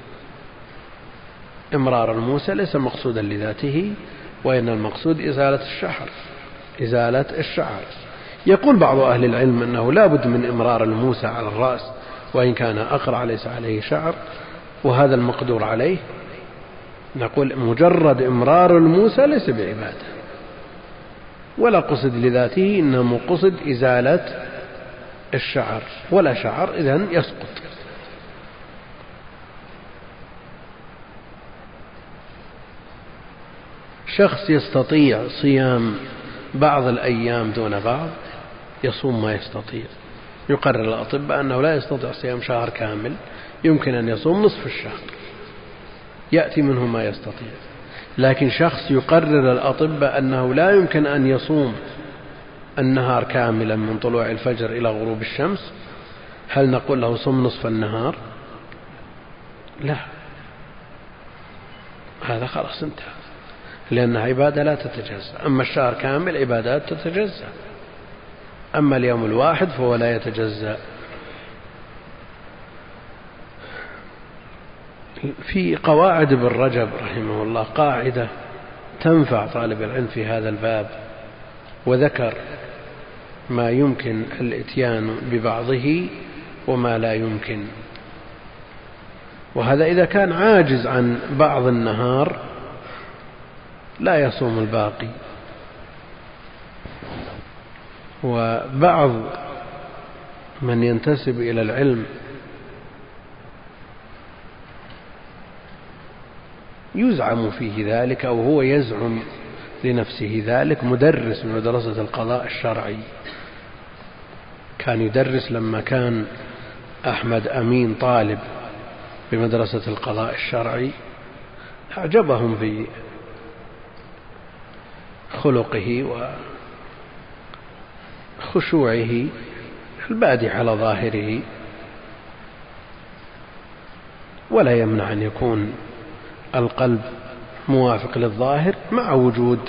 إمرار الموسى ليس مقصودا لذاته، وإن المقصود إزالة الشعر. يقول بعض أهل العلم أنه لا بد من إمرار الموسى على الرأس وإن كان أقرع ليس عليه شعر، وهذا المقدور عليه. نقول مجرد إمرار الموسى ليس بعبادة ولا قصد لذاته، إنما قصد إزالة الشعر، ولا شعر إذن يسقط. شخص يستطيع صيام بعض الأيام دون بعض يصوم ما يستطيع. يقرر الأطباء أنه لا يستطيع صيام شهر كامل، يمكن أن يصوم نصف الشهر يأتي منه ما يستطيع. لكن شخص يقرر الأطباء أنه لا يمكن أن يصوم النهار كاملا من طلوع الفجر إلى غروب الشمس، هل نقول له صم نصف النهار؟ لا، هذا خلاص انتهى، لأن عبادة لا تتجزأ. أما الشهر كامل عبادات تتجزأ، أما اليوم الواحد فهو لا يتجزأ. في قواعد ابن رجب رحمه الله قاعدة تنفع طالب العلم في هذا الباب، وذكر ما يمكن الإتيان ببعضه وما لا يمكن. وهذا إذا كان عاجز عن بعض النهار لا يصوم الباقي. وبعض من ينتسب إلى العلم يزعم فيه ذلك أو هو يزعم لنفسه ذلك، مدرس من مدرسة القضاء الشرعي، كان يدرس لما كان أحمد أمين طالب بمدرسة القضاء الشرعي، أعجبهم في خلقه وخشوعه البادي على ظاهره، ولا يمنع أن يكون القلب موافق للظاهر مع وجود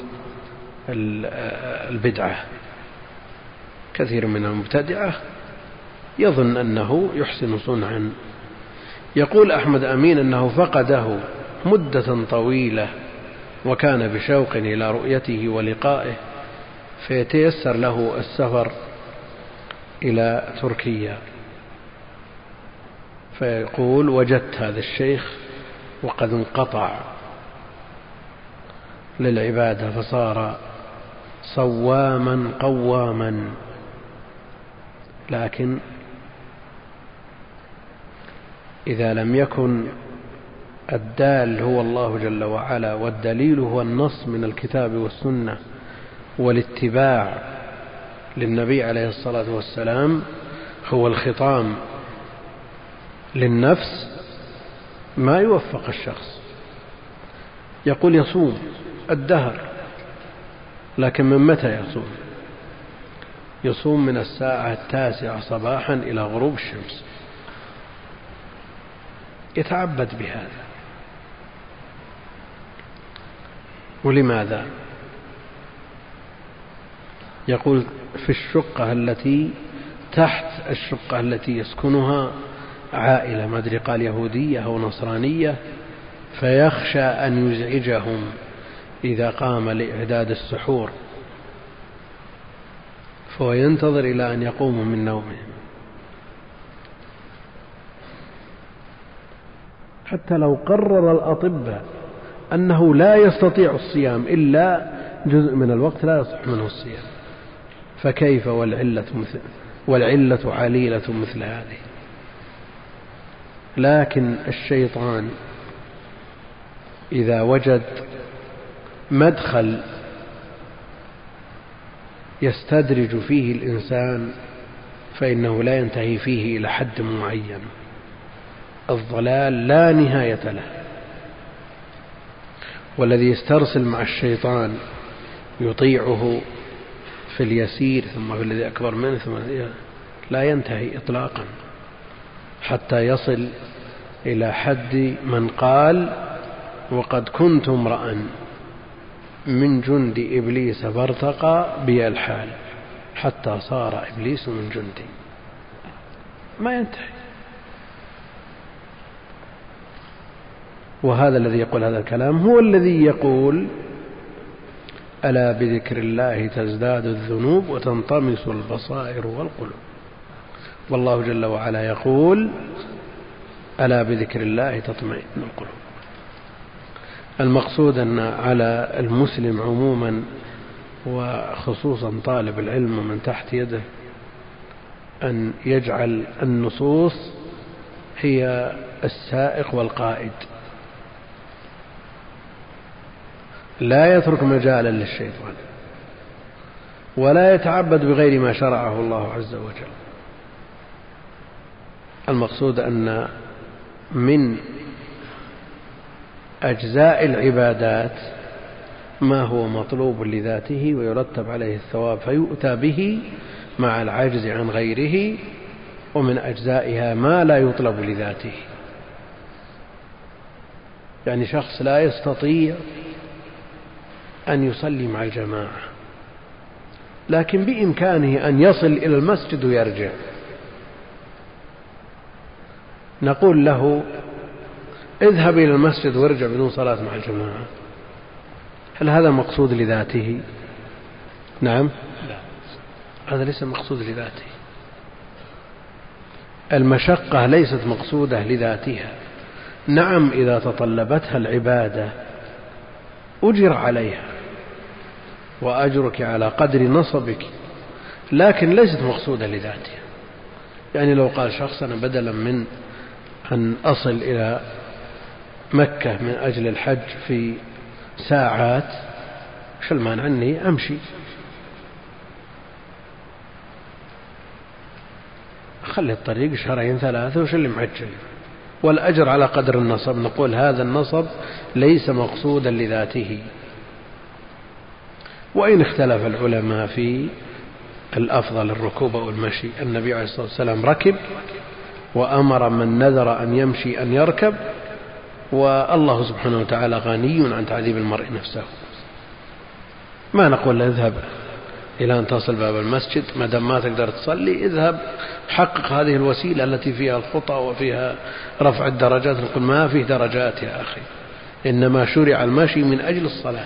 البدعة. كثير من المبتدعة يظن أنه يحسن صنعا. يقول أحمد أمين أنه فقده مدة طويلة وكان بشوق إلى رؤيته ولقائه، فيتيسر له السفر إلى تركيا، فيقول وجدت هذا الشيخ وقد انقطع للعبادة فصار صواما قواما. لكن إذا لم يكن الدال هو الله جل وعلا والدليل هو النص من الكتاب والسنة والاتباع للنبي عليه الصلاة والسلام هو الخطام للنفس، ما يوفق الشخص. يقول يصوم الدهر، لكن من متى يصوم؟ يصوم من الساعة 9 صباحا إلى غروب الشمس، يتعبد بهذا. ولماذا؟ يقول في الشقة التي تحت الشقة التي يسكنها عائلة، ما أدري قال يهودية أو نصرانية، فيخشى أن يزعجهم إذا قام لإعداد السحور، فهو ينتظر إلى أن يقوموا من نومهم. حتى لو قرر الأطباء أنه لا يستطيع الصيام إلا جزء من الوقت لا يصح منه الصيام، فكيف والعلة عليلة مثل هذه. لكن الشيطان إذا وجد مدخل يستدرج فيه الإنسان فإنه لا ينتهي فيه إلى حد معين. الضلال لا نهاية له، والذي يسترسل مع الشيطان يطيعه في اليسير ثم في الذي أكبر منه ثم لا ينتهي إطلاقا حتى يصل إلى حد من قال وقد كنت امرأ من جند إبليس فارتقى بي الحال حتى صار إبليس من جندي. ما ينتهي. وهذا الذي يقول هذا الكلام هو الذي يقول ألا بذكر الله تزداد الذنوب وتنطمس البصائر والقلوب. والله جل وعلا يقول ألا بذكر الله تطمئن القلوب. المقصود أن على المسلم عموما وخصوصا طالب العلم من تحت يده أن يجعل النصوص هي السائق والقائد، لا يترك مجالا للشيطان ولا يتعبد بغير ما شرعه الله عز وجل. المقصود أن من أجزاء العبادات ما هو مطلوب لذاته ويرتب عليه الثواب فيؤتى به مع العجز عن غيره، ومن أجزائها ما لا يطلب لذاته. يعني شخص لا يستطيع أن يصلي مع الجماعة، لكن بإمكانه أن يصل إلى المسجد ويرجع، نقول له اذهب إلى المسجد وارجع بدون صلاة مع الجماعة. هل هذا مقصود لذاته؟ نعم. هذا ليس مقصود لذاته. المشقة ليست مقصودة لذاتها. نعم إذا تطلبتها العبادة أجر عليها وأجرك على قدر نصبك، لكن ليست مقصودة لذاتها. يعني لو قال شخص أنا بدلا من أن أصل إلى مكة من أجل الحج في ساعات، شو المانع أني أمشي، خلي الطريق شهرين ثلاثة وش اللي معجل، والأجر على قدر النصب. نقول هذا النصب ليس مقصودا لذاته. وإن اختلف العلماء في الأفضل الركوب أو المشي، النبي عليه الصلاة والسلام ركب وأمر من نذر أن يمشي أن يركب، والله سبحانه وتعالى غني عن تعذيب المرء نفسه. ما نقول له اذهب إلى أن تصل باب المسجد، ما دام ما تقدر تصلي اذهب حقق هذه الوسيلة التي فيها الخطى وفيها رفع الدرجات. نقول ما فيه درجات يا أخي، إنما شرع المشي من أجل الصلاة.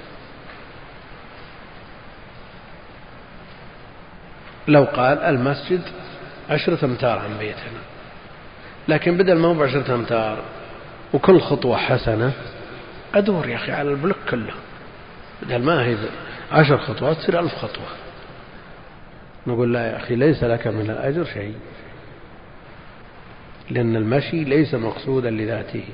لو قال المسجد 10 أمتار عن بيتنا، لكن بدل ما هو 10 أمتار وكل خطوة حسنة، أدور يا أخي على البلوك كله، بدل ما هي 10 خطوات تصير 1000 خطوة. نقول لا يا أخي، ليس لك من الأجر شيء، لأن المشي ليس مقصودا لذاته.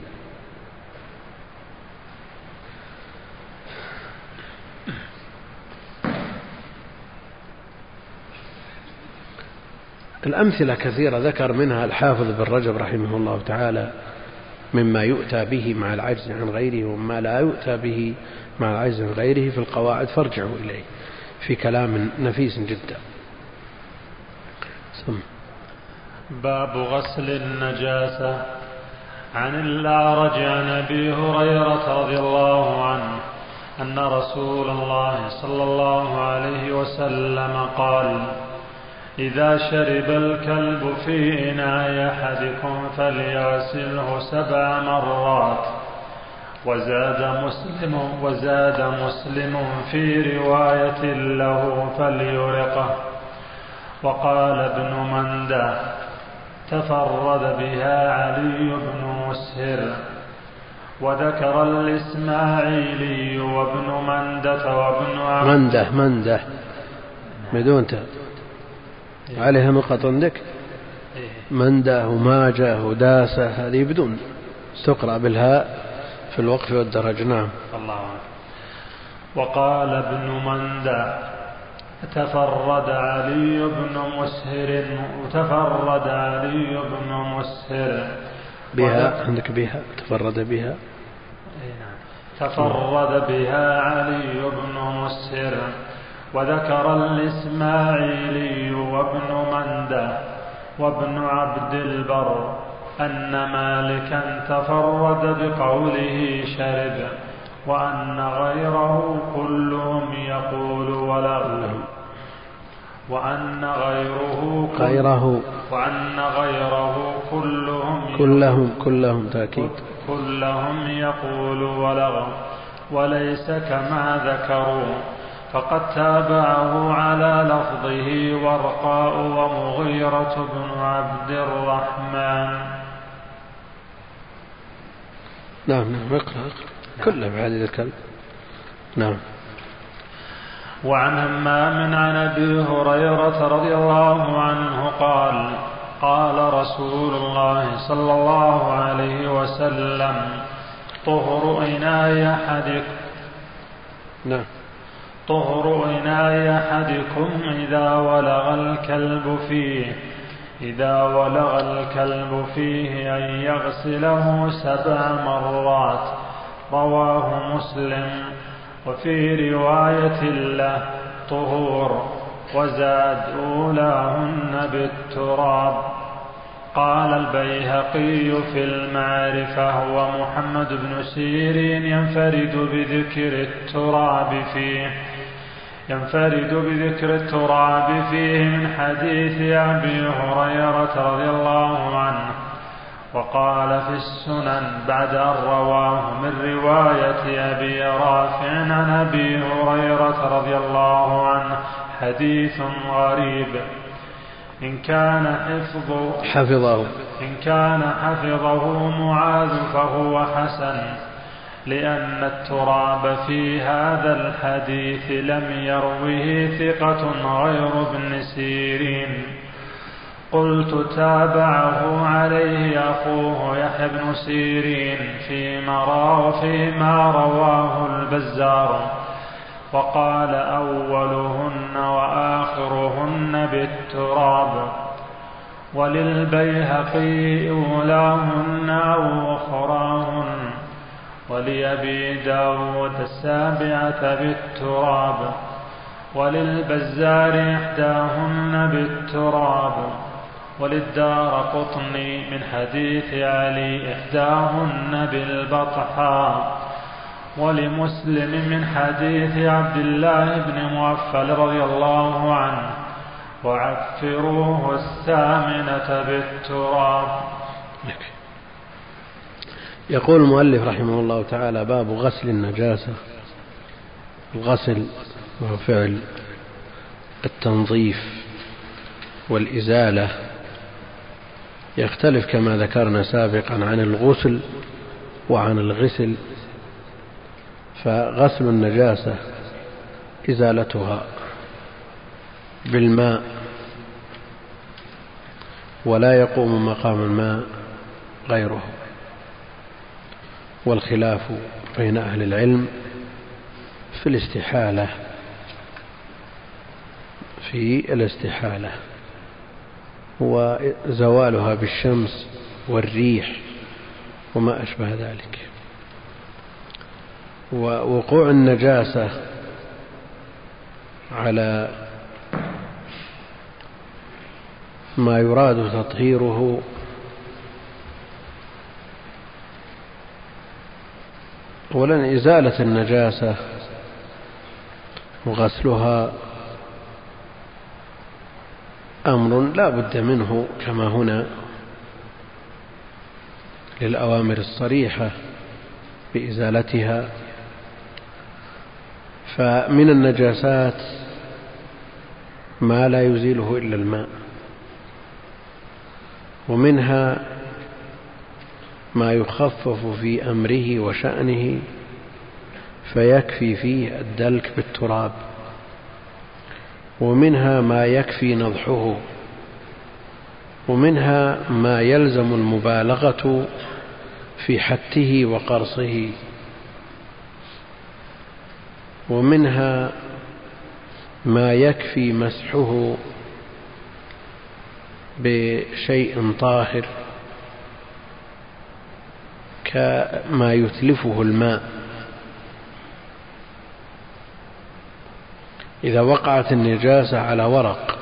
الأمثلة كثيرة ذكر منها الحافظ بن رجب رحمه الله تعالى مما يؤتى به مع العجز عن غيره وما لا يؤتى به مع العجز عن غيره في القواعد، فارجعوا إليه في كلام نفيس جدا. باب غسل النجاسة. عن الأعرج عن أبي هريرة رضي الله عنه أن رسول الله صلى الله عليه وسلم قال: إذا شرب الكلب في إناء أحدكم فليغسله 7 مرات. وزاد مسلم في رواية له فليرقه. وقال ابن مندة: تفرد بها علي بن مسهر. وذكر الإسماعيلي وابن مندة وابن مندة بدون تاء عليها نقط عندك، مندة وماجة وداسة، هذه بدون، تقرأ بالهاء في الوقف والدرج. نعم. الله. وقال ابن مندة: تفرد علي بن مسهر بها عندك، بها تفرد بها. تفرد بها علي بن مسهر. وذكر الإسماعيلي وابن مندة وابن عبد البر أن مالكا تفرد بقوله شرب، وأن غيره كلهم يقول ولغ، وأن غيره كلهم تأكيد كلهم يقول ولغ، وليس كما ذكروا، فقد تابعه على لفظه ورقاء ومغيرة بن عبد الرحمن. نعم اقرأ كله بعدد الكلب. نعم. وعن همام عن أبي هريرة رضي الله عنه قال: قال رسول الله صلى الله عليه وسلم: طهر إناء أحدكم إذا ولغ الكلب فيه أن يغسله 7 مرات. رواه مسلم. وفي رواية له طهور، وزاد أولاهن بالتراب. قال البيهقي في المعرفة: هو محمد بن سيرين ينفرد بذكر التراب فيه من حديث أبي هريرة رضي الله عنه. وقال في السنن بعد أن رواه من رواية أبي رافع عن أبي هريرة رضي الله عنه: حديث غريب إن كان حفظه معاذ فهو حسن، لأن التراب في هذا الحديث لم يروه ثقة غير ابن سيرين. قلت تابعه عليه أخوه يحيى بن سيرين فيما رواه البزار، وقال أولهن وآخرهن بالتراب. وللبيهقي أولاهن أو أخراهن، ولأبي داود السابعة بالتراب، وللبزار إحداهن بالتراب، وللدارقطني من حديث علي إحداهن بالبطحاء، ولمسلم من حديث عبد الله بن مغفل رضي الله عنه وعفروه الثامنة بالتراب. يقول المؤلف رحمه الله تعالى: باب غسل النجاسة. الغسل وهو فعل التنظيف والإزالة، يختلف كما ذكرنا سابقا عن الغسل وعن الغسل. فغسل النجاسة إزالتها بالماء، ولا يقوم مقام الماء غيره. والخلاف بين أهل العلم في الاستحالة وزوالها بالشمس والريح وما أشبه ذلك. ووقوع النجاسة على ما يراد تطهيره أولا إزالة النجاسة وغسلها أمر لا بد منه كما هنا للأوامر الصريحة بإزالتها. فمن النجاسات ما لا يزيله إلا الماء، ومنها ما يخفف في أمره وشأنه فيكفي فيه الدلك بالتراب، ومنها ما يكفي نضحه، ومنها ما يلزم المبالغة في حته وقرصه، ومنها ما يكفي مسحه بشيء طاهر كما يتلفه الماء. إذا وقعت النجاسة على ورق،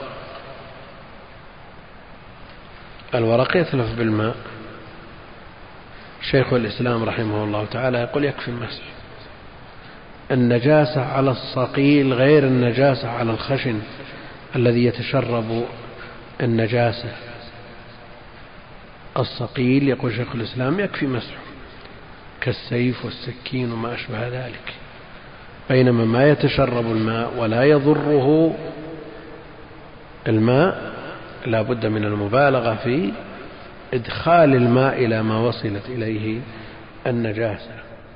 الورق يتلف بالماء. شيخ الإسلام رحمه الله تعالى يقول يكفي المسح. النجاسة على الصقيل غير النجاسة على الخشن الذي يتشرب النجاسة. الصقيل يقول شيخ الإسلام يكفي مسحه كالسيف والسكين وما أشبه ذلك، بينما ما يتشرب الماء ولا يضره الماء لا بد من المبالغة في إدخال الماء إلى ما وصلت إليه النجاسة.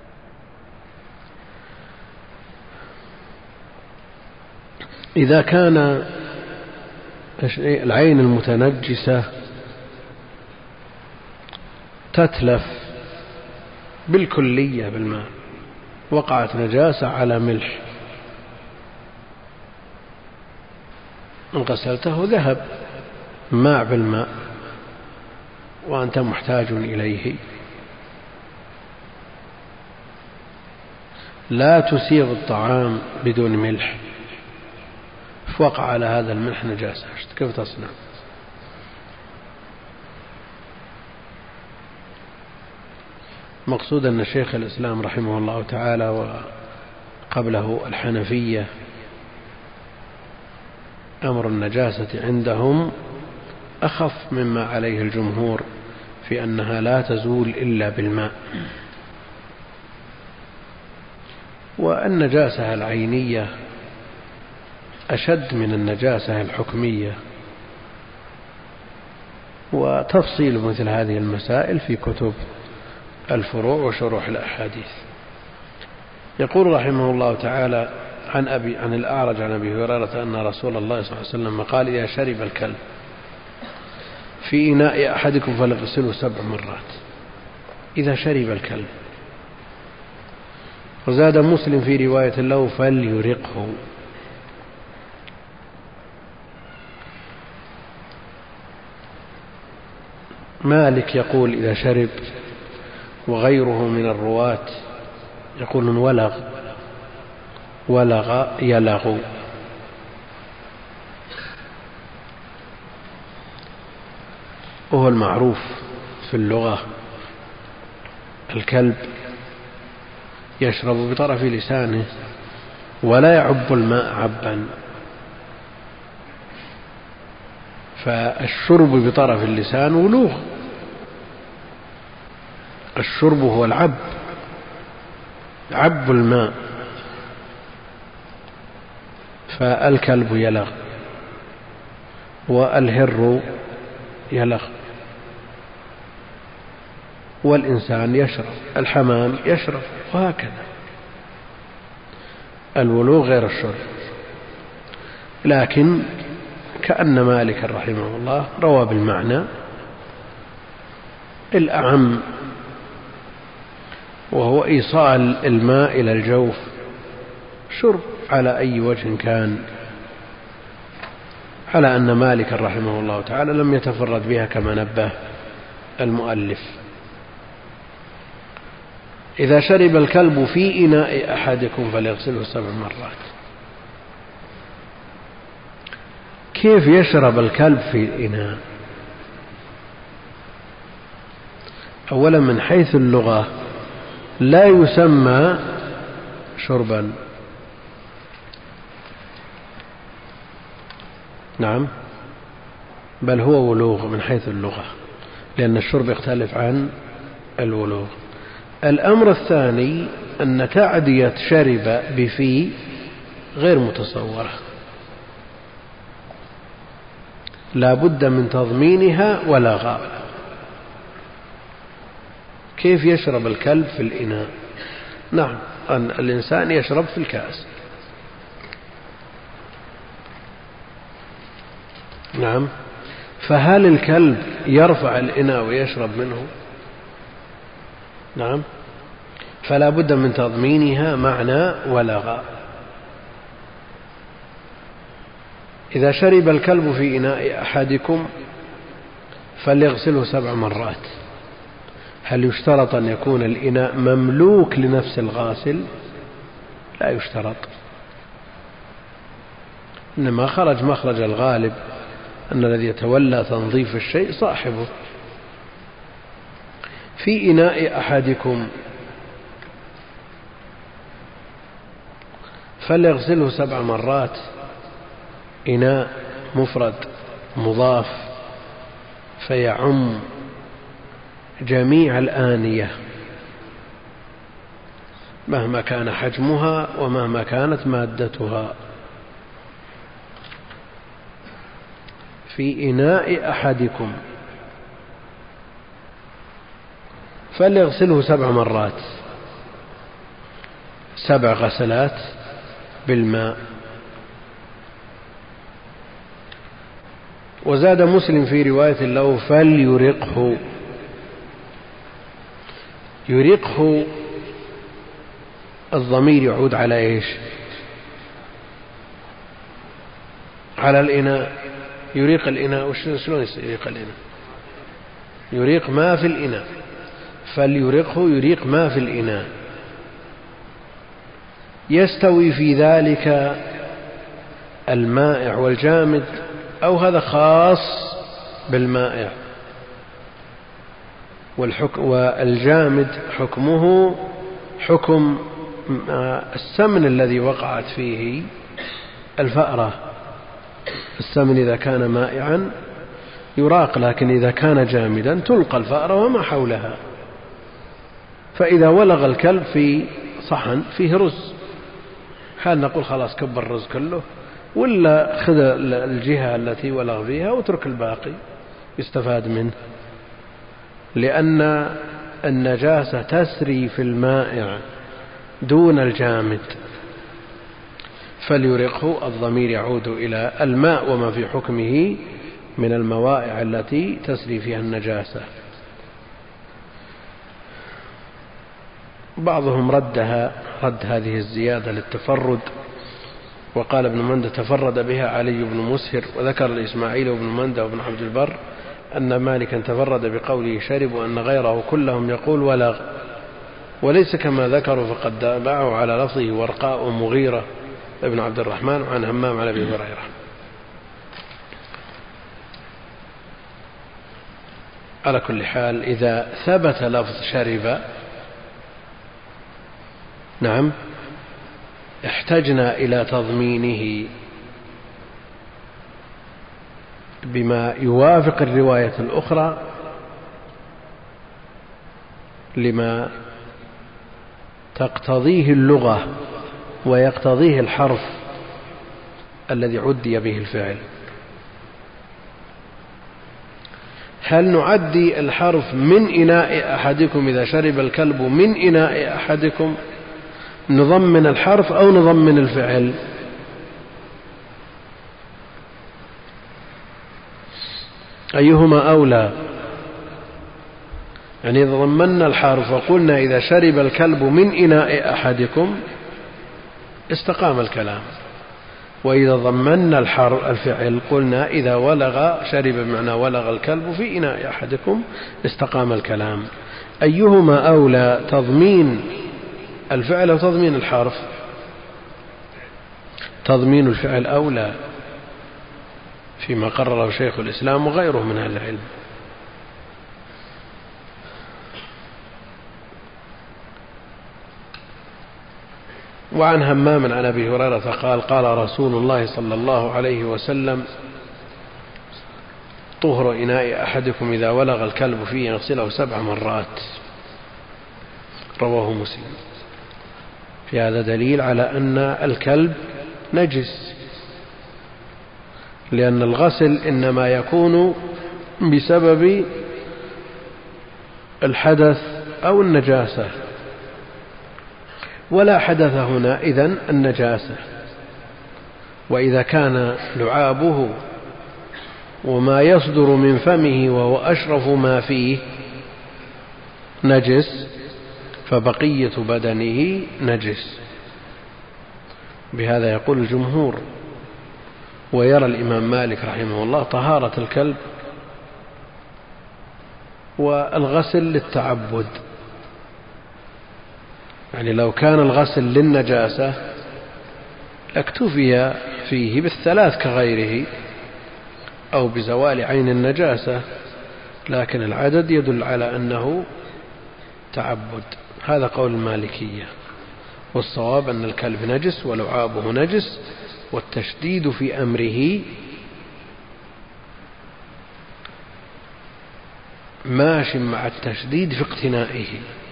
إذا كان العين المتنجسة تتلف بالكلية بالماء، وقعت نجاسة على ملح، إن غسلته ذهب ماء بالماء وأنت محتاج إليه، لا تسيغ الطعام بدون ملح، فوقع على هذا الملح نجاسة، كيف تصنع؟ مقصود أن شيخ الإسلام رحمه الله تعالى وقبله الحنفية أمر النجاسة عندهم أخف مما عليه الجمهور في أنها لا تزول إلا بالماء. والنجاسة العينية أشد من النجاسة الحكمية. وتفصيل مثل هذه المسائل في كتب الفروع وشروح الأحاديث. يقول رحمه الله تعالى عن الأعرج عن أبي هريرة أن رسول الله صلى الله عليه وسلم قال: إذا شرب الكلب في إناء أحدكم فليغسله 7 مرات. إذا شرب الكلب. وزاد مسلم في رواية له: فليرقه. مالك يقول إذا شرب، وغيره من الرواة يقولون ولغ يلغ. وهو المعروف في اللغة الكلب يشرب بطرف لسانه ولا يعب الماء عبا، فالشرب بطرف اللسان ولوغ. الشرب هو العب، عب الماء. فالكلب يلغ والهر يلغ والإنسان يشرب، الحمام يشرب، وهكذا. الولوغ غير الشرب. لكن كأن مالك رحمه الله روى بالمعنى الأعم، وهو إيصال الماء إلى الجوف، شرب على أي وجه كان، على أن مالك رحمه الله تعالى لم يتفرد بها كما نبه المؤلف. إذا شرب الكلب في إناء أحدكم فليغسله 7 مرات. كيف يشرب الكلب في الإناء؟ أولا من حيث اللغة لا يسمى شربا، نعم، بل هو ولوغ من حيث اللغة، لأن الشرب يختلف عن الولوغ. الأمر الثاني أن تعدية شرب بفي غير متصورة، لا بد من تضمينها ولغى. كيف يشرب الكلب في الإناء؟ نعم، أن الإنسان يشرب في الكأس، نعم، فهل الكلب يرفع الإناء ويشرب منه؟ نعم، فلا بد من تضمينها معنى ولغى. إذا شرب الكلب في إناء أحدكم فليغسله 7 مرات. هل يشترط أن يكون الإناء مملوك لنفس الغاسل؟ لا يشترط، إنما خرج مخرج الغالب أن الذي يتولى تنظيف الشيء صاحبه. في إناء أحدكم فليغسله 7 مرات. إناء مفرد مضاف فيعم جميع الآنية مهما كان حجمها ومهما كانت مادتها. في إناء أحدكم فليغسله 7 مرات، 7 غسلات بالماء. وزاد مسلم في رواية له: فليرقه. يرقه الضمير يعود على إيش؟ على الإناء. يريق الإناء، شلون يريق الإناء؟ يريق ما في الإناء. فليرقه يريق ما في الإناء. يستوي في ذلك المائع والجامد، أو هذا خاص بالمائع، والجامد حكمه حكم السمن الذي وقعت فيه الفأرة. السمن إذا كان مائعا يراق، لكن إذا كان جامدا تلقى الفأرة وما حولها. فإذا ولغ الكلب في صحن فيه رز، هل نقول خلاص كب الرز كله؟ ولا خذ الجهة التي ولغ فيها واترك الباقي يستفاد منه، لأن النجاسة تسري في المائع دون الجامد، فليرقه. الضمير يعود إلى الماء وما في حكمه من الموائع التي تسري فيها النجاسة. بعضهم رد هذه الزيادة للتفرد، وقال ابن مندة تفرد بها علي بن مسهر، وذكر الإسماعيلي وابن مندة وابن عبد البر أن مالكا تفرد بقوله شرب، وأن غيره كلهم يقول ولغ، وليس كما ذكروا فقد باعوا على لفظه ورقاء مغيرة ابن عبد الرحمن عن همام عن أبي هريرة. على كل حال إذا ثبت لفظ شرب نعم احتجنا إلى تضمينه بما يوافق الرواية الأخرى لما تقتضيه اللغة ويقتضيه الحرف الذي عدي به الفعل. هل نعدي الحرف من إناء أحدكم إذا شرب الكلب من إناء أحدكم، نضمن الحرف أو نضمن الفعل؟ أيهما أولى؟ يعني إذا ضمنا الحرف وقلنا إذا شرب الكلب من إناء أحدكم استقام الكلام، وإذا ضمنا الفعل قلنا إذا ولغ شرب بمعنى ولغ الكلب في إناء أحدكم استقام الكلام. أيهما أولى، تضمين الفعل أو تضمين الحرف؟ تضمين الفعل أولى فيما قرره شيخ الإسلام وغيره من أهل العلم. وعن همام عن أبي هريرة قال قال رسول الله صلى الله عليه وسلم طهر إناء أحدكم إذا ولغ الكلب فيه يغسله 7 مرات، رواه مسلم. في هذا دليل على أن الكلب نجس، لأن الغسل إنما يكون بسبب الحدث أو النجاسة، ولا حدث هنا إذن النجاسة. وإذا كان لعابه وما يصدر من فمه وهو أشرف ما فيه نجس فبقية بدنه نجس. بهذا يقول الجمهور. ويرى الإمام مالك رحمه الله طهارة الكلب والغسل للتعبد، يعني لو كان الغسل للنجاسة لاكتفي فيه بالثلاث كغيره أو بزوال عين النجاسة، لكن العدد يدل على أنه تعبد. هذا قول المالكية، والصواب أن الكلب نجس ولعابه نجس، والتشديد في أمره ماش مع التشديد في اقتنائه،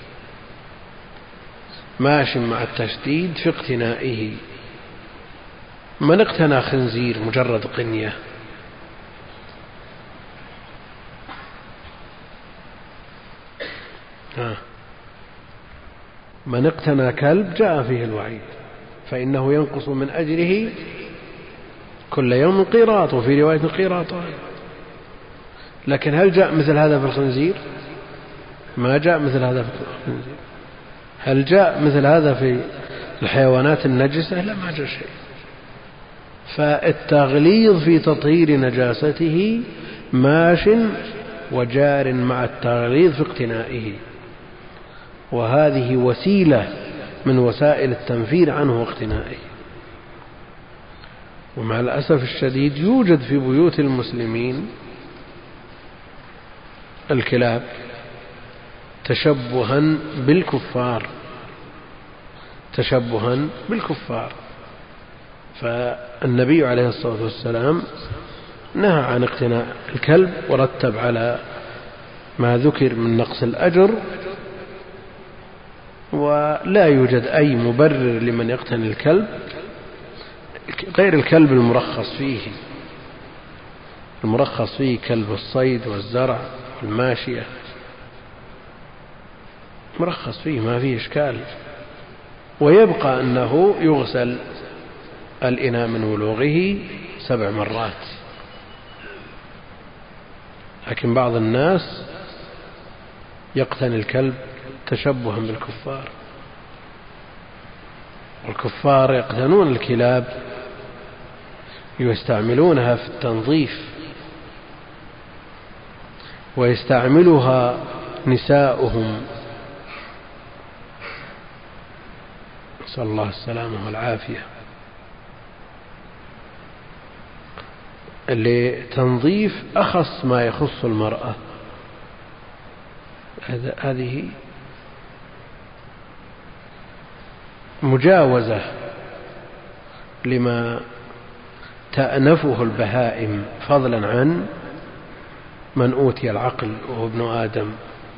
ماش مع التشديد في اقتنائه. من اقتنى خنزير مجرد قنية من اقتنى كلب جاء فيه الوعيد، فإنه ينقص من أجره كل يوم قيراط، وفي رواية قيراطان. لكن هل جاء مثل هذا في الخنزير؟ ما جاء مثل هذا في الخنزير. هل جاء مثل هذا في الحيوانات النجسة؟ لا، ما جاء شيء. فالتغليظ في تطهير نجاسته ماش وجار مع التغليظ في اقتنائه، وهذه وسيلة من وسائل التنفير عنه واقتنائه. ومع الأسف الشديد يوجد في بيوت المسلمين الكلاب تشبها بالكفار، تشبها بالكفار. فالنبي عليه الصلاة والسلام نهى عن اقتناء الكلب، ورتب على ما ذكر من نقص الأجر. ولا يوجد أي مبرر لمن يقتني الكلب غير الكلب المرخص فيه. المرخص فيه كلب الصيد والزرع والماشية، مرخص فيه ما فيه إشكال، ويبقى أنه يغسل الإناء من ولوغه 7 مرات. لكن بعض الناس يقتني الكلب تشبها بالكفار، والكفار يقتنون الكلاب يستعملونها في التنظيف، ويستعملها نساؤهم، نسأل الله السلامة والعافية، لتنظيف أخص ما يخص المرأة. هذه مجاوزة لما تأنفه البهائم، فضلا عن من أوتي العقل وهو ابن آدم.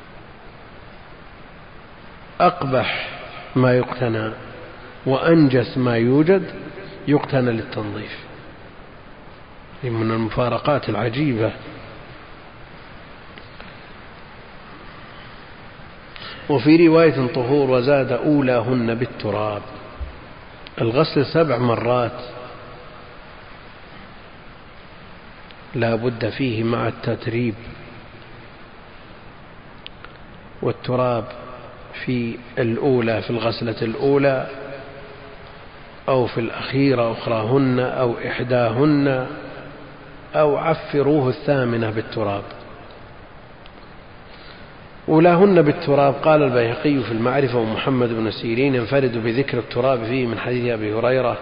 أقبح ما يقتنى وأنجس ما يوجد يقتنى للتنظيف، من المفارقات العجيبة. وفي رواية طهور وزاد أولاهن بالتراب. الغسل 7 مرات لا بد فيه مع التتريب، والتراب في الأولى، في الغسلة الأولى أو في الأخيرة أخراهن أو إحداهن، أو عفروه 8 بالتراب. أولاهن بالتراب. قال البيهقي في المعرفة ومحمد بن سيرين ينفرد بذكر التراب فيه من حديث أبي هريرة.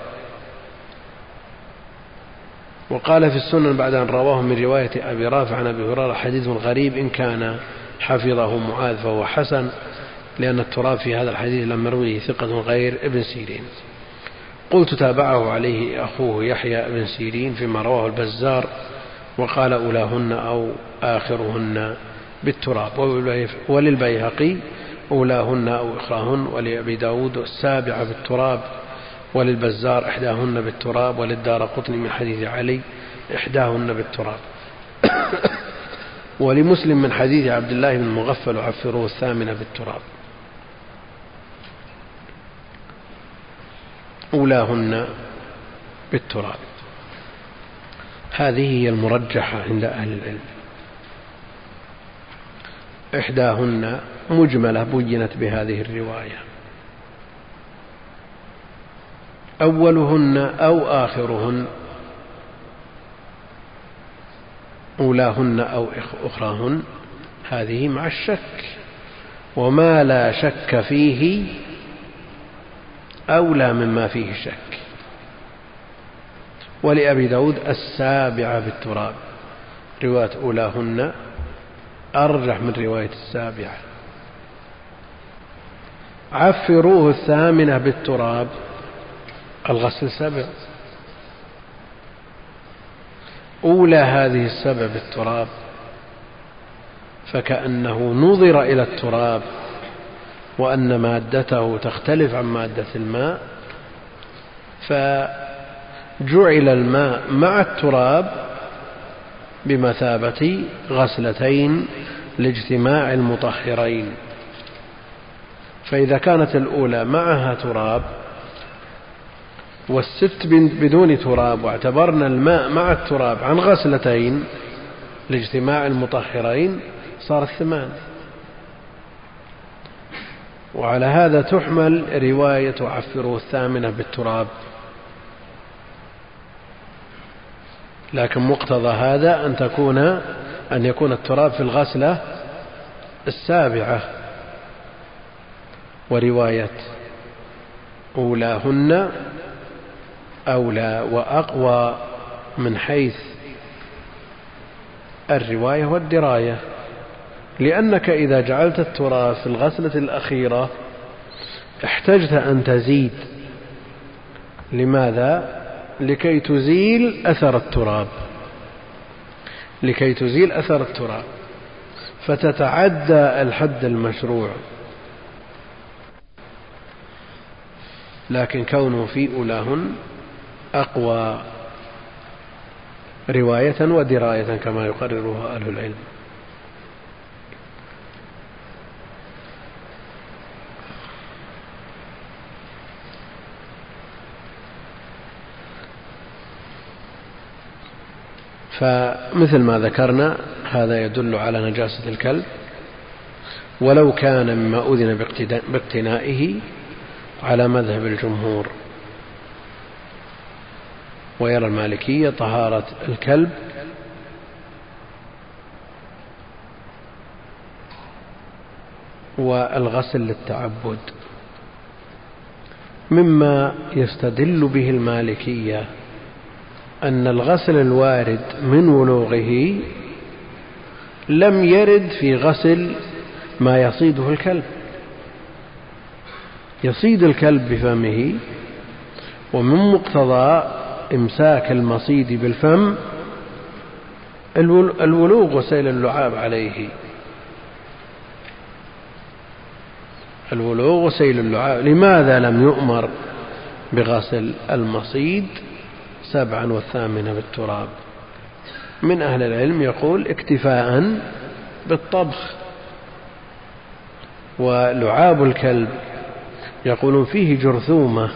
وقال في السنن بعد أن رواه من رواية أبي رافع عن أبي هريرة حديث غريب إن كان حفظه معاذ فهو حسن، لأن التراب في هذا الحديث لم يرويه ثقة غير ابن سيرين. قلت تابعه عليه أخوه يحيى ابن سيرين فيما رواه البزار، وقال أولاهن أو آخرهن بالتراب. وللبيهقي أولاهن أو إخراهن، ولأبي داود 7 بالتراب، وللبزار إحداهن بالتراب، وللدارقطني من حديث علي إحداهن بالتراب. ولمسلم من حديث عبد الله بن المغفل وعفروه 8 بالتراب. أولاهن بالتراب، هذه هي المرجحة عند أهل العلم. إحداهن مجملة بينت بهذه الرواية، أولهن أو آخرهن، أولاهن أو أخراهن، هذه مع الشك، وما لا شك فيه أولى مما فيه شك. ولأبي داود 7 بالتراب، رواية أولاهن أرجح من رواية 7. عفروه 8 بالتراب، الغسل 7. أولى هذه 7 بالتراب، فكأنه نظر إلى التراب وأن مادته تختلف عن مادة الماء، فجعل الماء مع التراب بمثابة غسلتين لاجتماع المطهرين. فإذا كانت الأولى معها تراب والست بدون تراب، واعتبرنا الماء مع التراب عن غسلتين لاجتماع المطهرين، صارت 8. وعلى هذا تحمل رواية عفروه 8 بالتراب. لكن مقتضى هذا أن يكون التراب في الغسلة 7. ورواية أولاهن أولى وأقوى من حيث الرواية والدراية، لأنك إذا جعلت التراب في الغسلة الأخيرة احتجت أن تزيد. لماذا؟ لكي تزيل أثر التراب، فتتعدى الحد المشروع. لكن كونه في أولاهن أقوى رواية ودراية كما يقرره أهل العلم. فمثل ما ذكرنا هذا يدل على نجاسة الكلب، ولو كان مما أذن باقتنائه على مذهب الجمهور. ويرى المالكية طهارة الكلب والغسل للتعبد. مما يستدل به المالكية أن الغسل الوارد من ولوغه لم يرد في غسل ما يصيده الكلب. يصيد الكلب بفمه، ومن مقتضى إمساك المصيد بالفم الولوغ وسيل اللعاب عليه. الولوغ وسيل اللعاب. لماذا لم يؤمر بغسل المصيد 7 والثامنة بالتراب؟ من أهل العلم يقول اكتفاء بالطبخ. ولعاب الكلب يقولون فيه جرثومة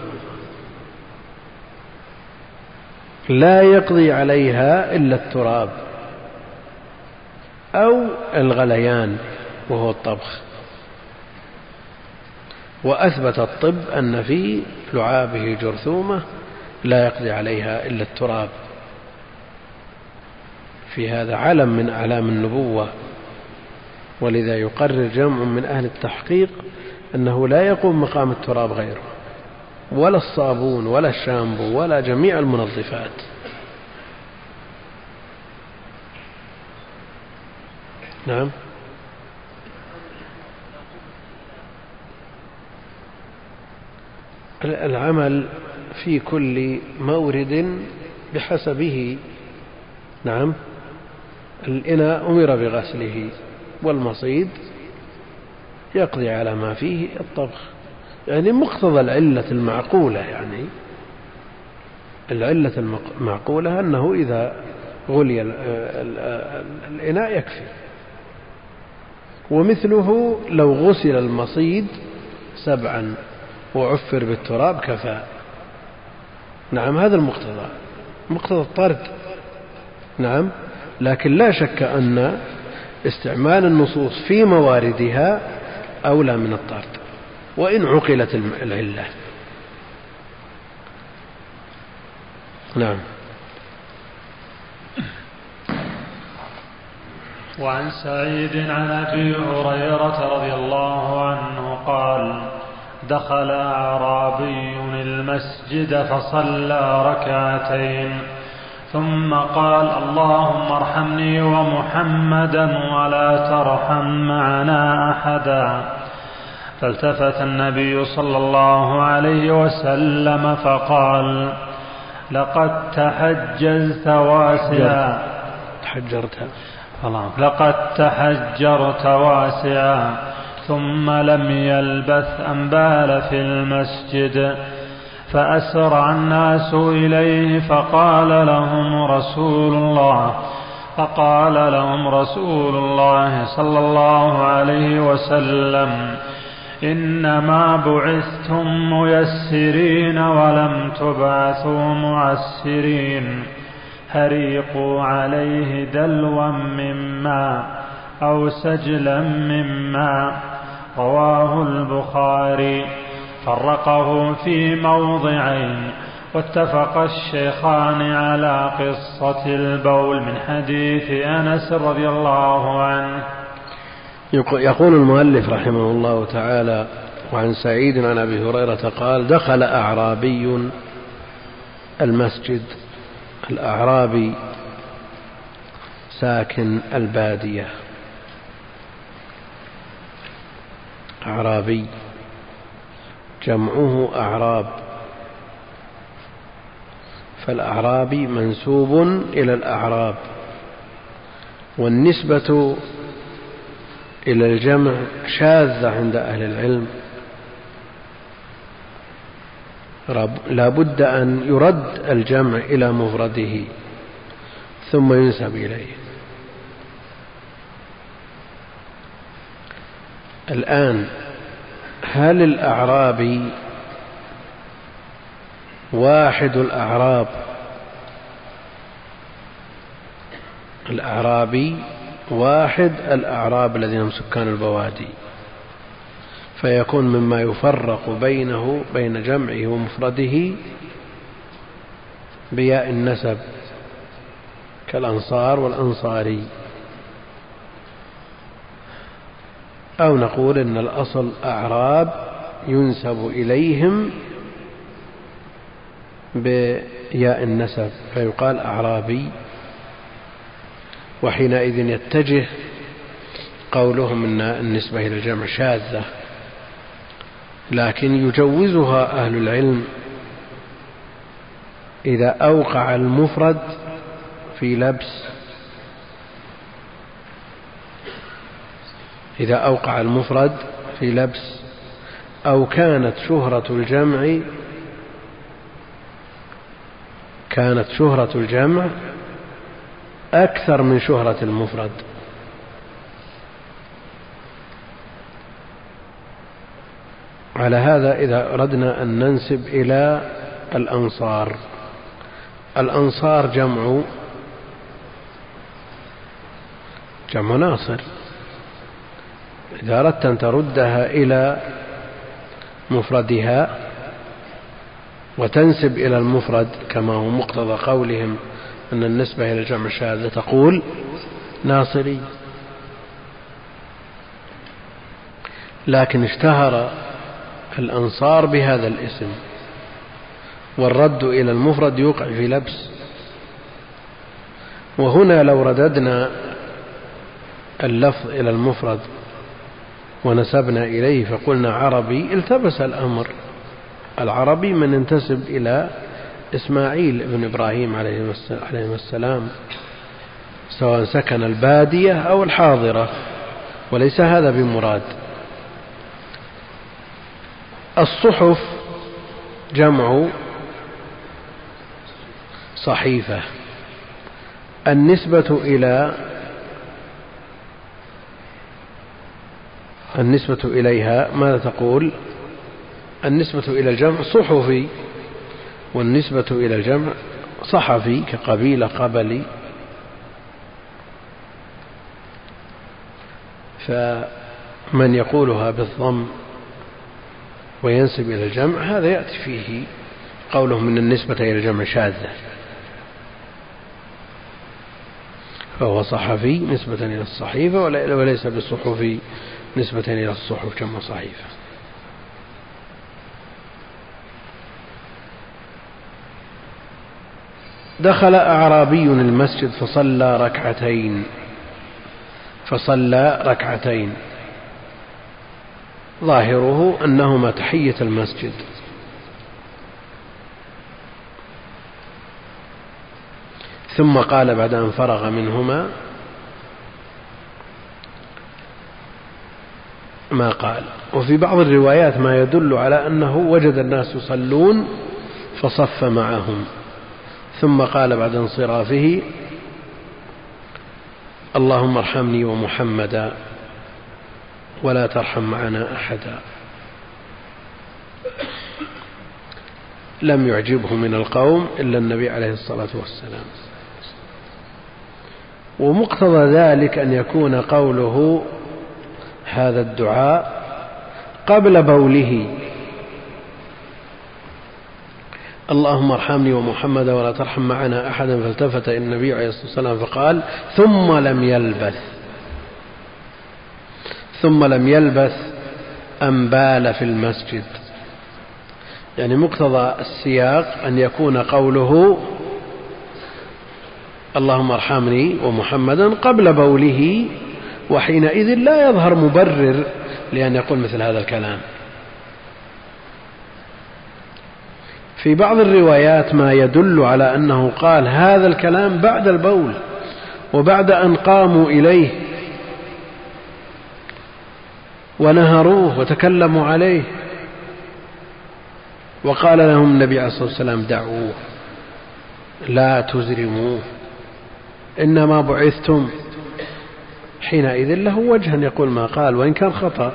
لا يقضي عليها إلا التراب أو الغليان وهو الطبخ. وأثبت الطب أن في لعابه جرثومة لا يقضي عليها إلا التراب. في هذا علم من أعلام النبوة. ولذا يقرر جمع من أهل التحقيق أنه لا يقوم مقام التراب غيره، ولا الصابون ولا الشامبو ولا جميع المنظفات. نعم. العمل في كل مورد بحسبه. نعم. الإناء أمر بغسله، والمصيد يقضي على ما فيه الطبخ. يعني مقتضى العلة المعقولة، يعني العلة المعقولة أنه إذا غلي الإناء يكفي. ومثله لو غسل المصيد 7 وعفر بالتراب كفى. نعم، هذا المقتضى، مقتضى الطرد. نعم. لكن لا شك أن استعمال النصوص في مواردها أولى من الطرد، وإن عقلت العلة. نعم. وعن سعيد عن أبي هريرة رضي الله عنه قال: دخل أعرابي المسجد فصلى ركعتين ثم قال: اللهم ارحمني ومحمدا ولا ترحم معنا أحدا. فالتفت النبي صلى الله عليه وسلم فقال: لقد تحجرت واسعا. ثم لم يلبث أن بال في المسجد، فأسرع الناس إليه فقال لهم رسول الله صلى الله عليه وسلم: إنما بعثتم ميسرين ولم تبعثوا معسرين. هريقوا عليه دلوا من ماء أو سجلا من ماء. رواه البخاري. فرقه في موضعين. واتفق الشيخان على قصة البول من حديث أنس رضي الله عنه. يقول المؤلف رحمه الله تعالى: وعن سعيد عن أبي هريرة قال: دخل أعرابي المسجد. الأعرابي ساكن البادية. أعرابي جمعه أعراب، فالأعرابي منسوب إلى الأعراب، والنسبة إلى الجمع شاذة عند أهل العلم. لا بد أن يرد الجمع إلى مفرده ثم ينسب إليه. الآن هل الأعرابي واحد الأعرابي واحد الأعراب الذين هم سكان البوادي، فيكون مما يفرق بينه بين جمعه ومفرده بياء النسب كالأنصار والأنصاري، أو نقول إن الأصل أعراب ينسب إليهم بياء النسب فيقال أعرابي، وحينئذ يتجه قولهم إن النسبة إلى الجمع شاذة، لكن يجوزها أهل العلم إذا أوقع المفرد في لبس، أو كانت شهرة الجمع أكثر من شهرة المفرد. على هذا إذا أردنا أن ننسب إلى الأنصار جمع ناصر، إذا أردت أن تردها إلى مفردها وتنسب إلى المفرد كما هو مقتضى قولهم أن النسبة إلى الجمع شاذة تقول ناصري، لكن اشتهر الأنصار بهذا الاسم، والرد إلى المفرد يوقع في لبس. وهنا لو رددنا اللفظ إلى المفرد ونسبنا إليه فقلنا عربي التبس الأمر. العربي من انتسب إلى إسماعيل ابن إبراهيم عليه السلام، سواء سكن البادية أو الحاضرة، وليس هذا بمراد. الصحف جمع صحيفة، النسبة إليها ماذا تقول؟ النسبة إلى الجمع صحفي، والنسبة إلى الجمع صحفي كقبيلة قبلي. فمن يقولها بالضم وينسب إلى الجمع هذا يأتي فيه قوله من النسبة إلى الجمع شاذة، فهو صحفي نسبة إلى الصحيفة وليس بالصحفي نسبة إلى الصحف جمع صحيفة. دخل أعرابي المسجد فصلى ركعتين ظاهره أنهما تحية المسجد، ثم قال بعد أن فرغ منهما ما قال. وفي بعض الروايات ما يدل على أنه وجد الناس يصلون فصف معهم، ثم قال بعد انصرافه اللهم ارحمني ومحمدا ولا ترحم معنا أحدا. لم يعجبه من القوم إلا النبي عليه الصلاة والسلام. ومقتضى ذلك أن يكون قوله هذا الدعاء قبل بوله، اللهم ارحمني ومحمدا ولا ترحم معنا أحدا، فالتفت النبي عليه الصلاة والسلام فقال ثم لم يلبث أن بال في المسجد. يعني مقتضى السياق أن يكون قوله اللهم ارحمني ومحمدا قبل بوله، وحينئذ لا يظهر مبرر لأن يقول مثل هذا الكلام. في بعض الروايات ما يدل على أنه قال هذا الكلام بعد البول وبعد أن قاموا إليه ونهروه وتكلموا عليه، وقال لهم النبي عليه الصلاة والسلام دعوه لا تزرموه إنما بعثتم. حينئذ له وجه يقول ما قال وإن كان خطأ.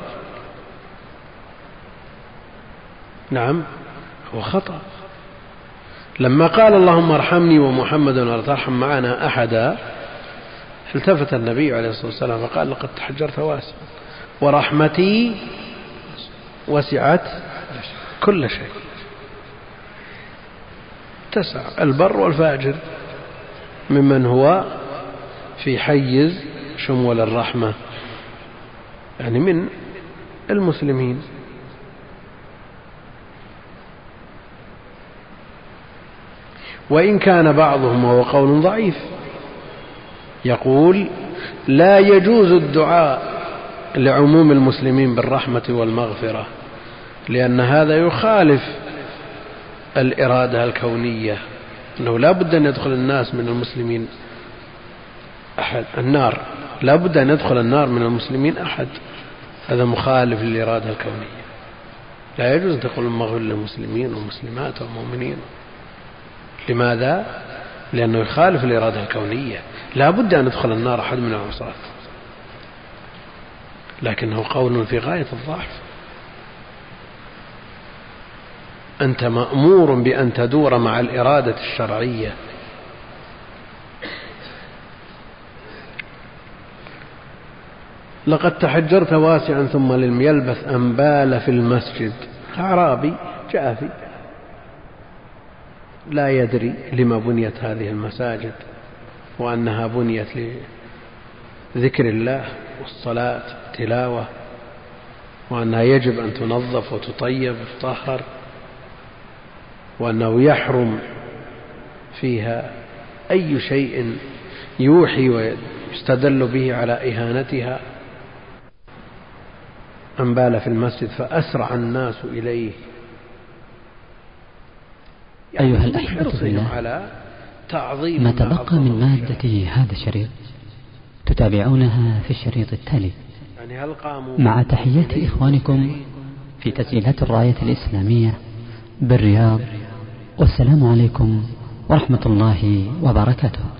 نعم هو خطأ. لما قال اللهم ارحمني ومحمدا ولا ترحم معنا أحدا التفت النبي عليه الصلاة والسلام وقال لقد تحجرت واسعا ورحمتي وسعت كل شيء، تسع البر والفاجر ممن هو في حيز شمول الرحمة، يعني من المسلمين. وإن كان بعضهم وهو قول ضعيف يقول لا يجوز الدعاء لعموم المسلمين بالرحمة والمغفرة لأن هذا يخالف الإرادة الكونية، أنه لا بد أن يدخل الناس من المسلمين أحد النار، لا بد أن يدخل النار من المسلمين أحد، هذا مخالف للإرادة الكونية. لا يجوز أن تقول المغفر للمسلمين والمسلمات والمؤمنين. لماذا؟ لأنه يخالف الإرادة الكونية، لا بد أن يدخل النار أحد من العصاة، لكنه قول في غاية الضعف. أنت مأمور بأن تدور مع الإرادة الشرعية. لقد تحجرت واسعا ثم لم يلبث أن بال في المسجد. أعرابي جاء فيه لا يدري لما بنيت هذه المساجد وأنها بنيت لذكر الله والصلاة والتلاوة، وأنها يجب أن تنظف وتطيب وتطهر، وأنه يحرم فيها أي شيء يوحي ويستدل به على إهانتها. أن بال في المسجد فأسرع الناس إليه. أيها الأحبة بالله، ما تبقى من مادة هذا الشريط تتابعونها في الشريط التالي، مع تحيات إخوانكم في تسجيلات الراية الإسلامية بالرياض، والسلام عليكم ورحمة الله وبركاته.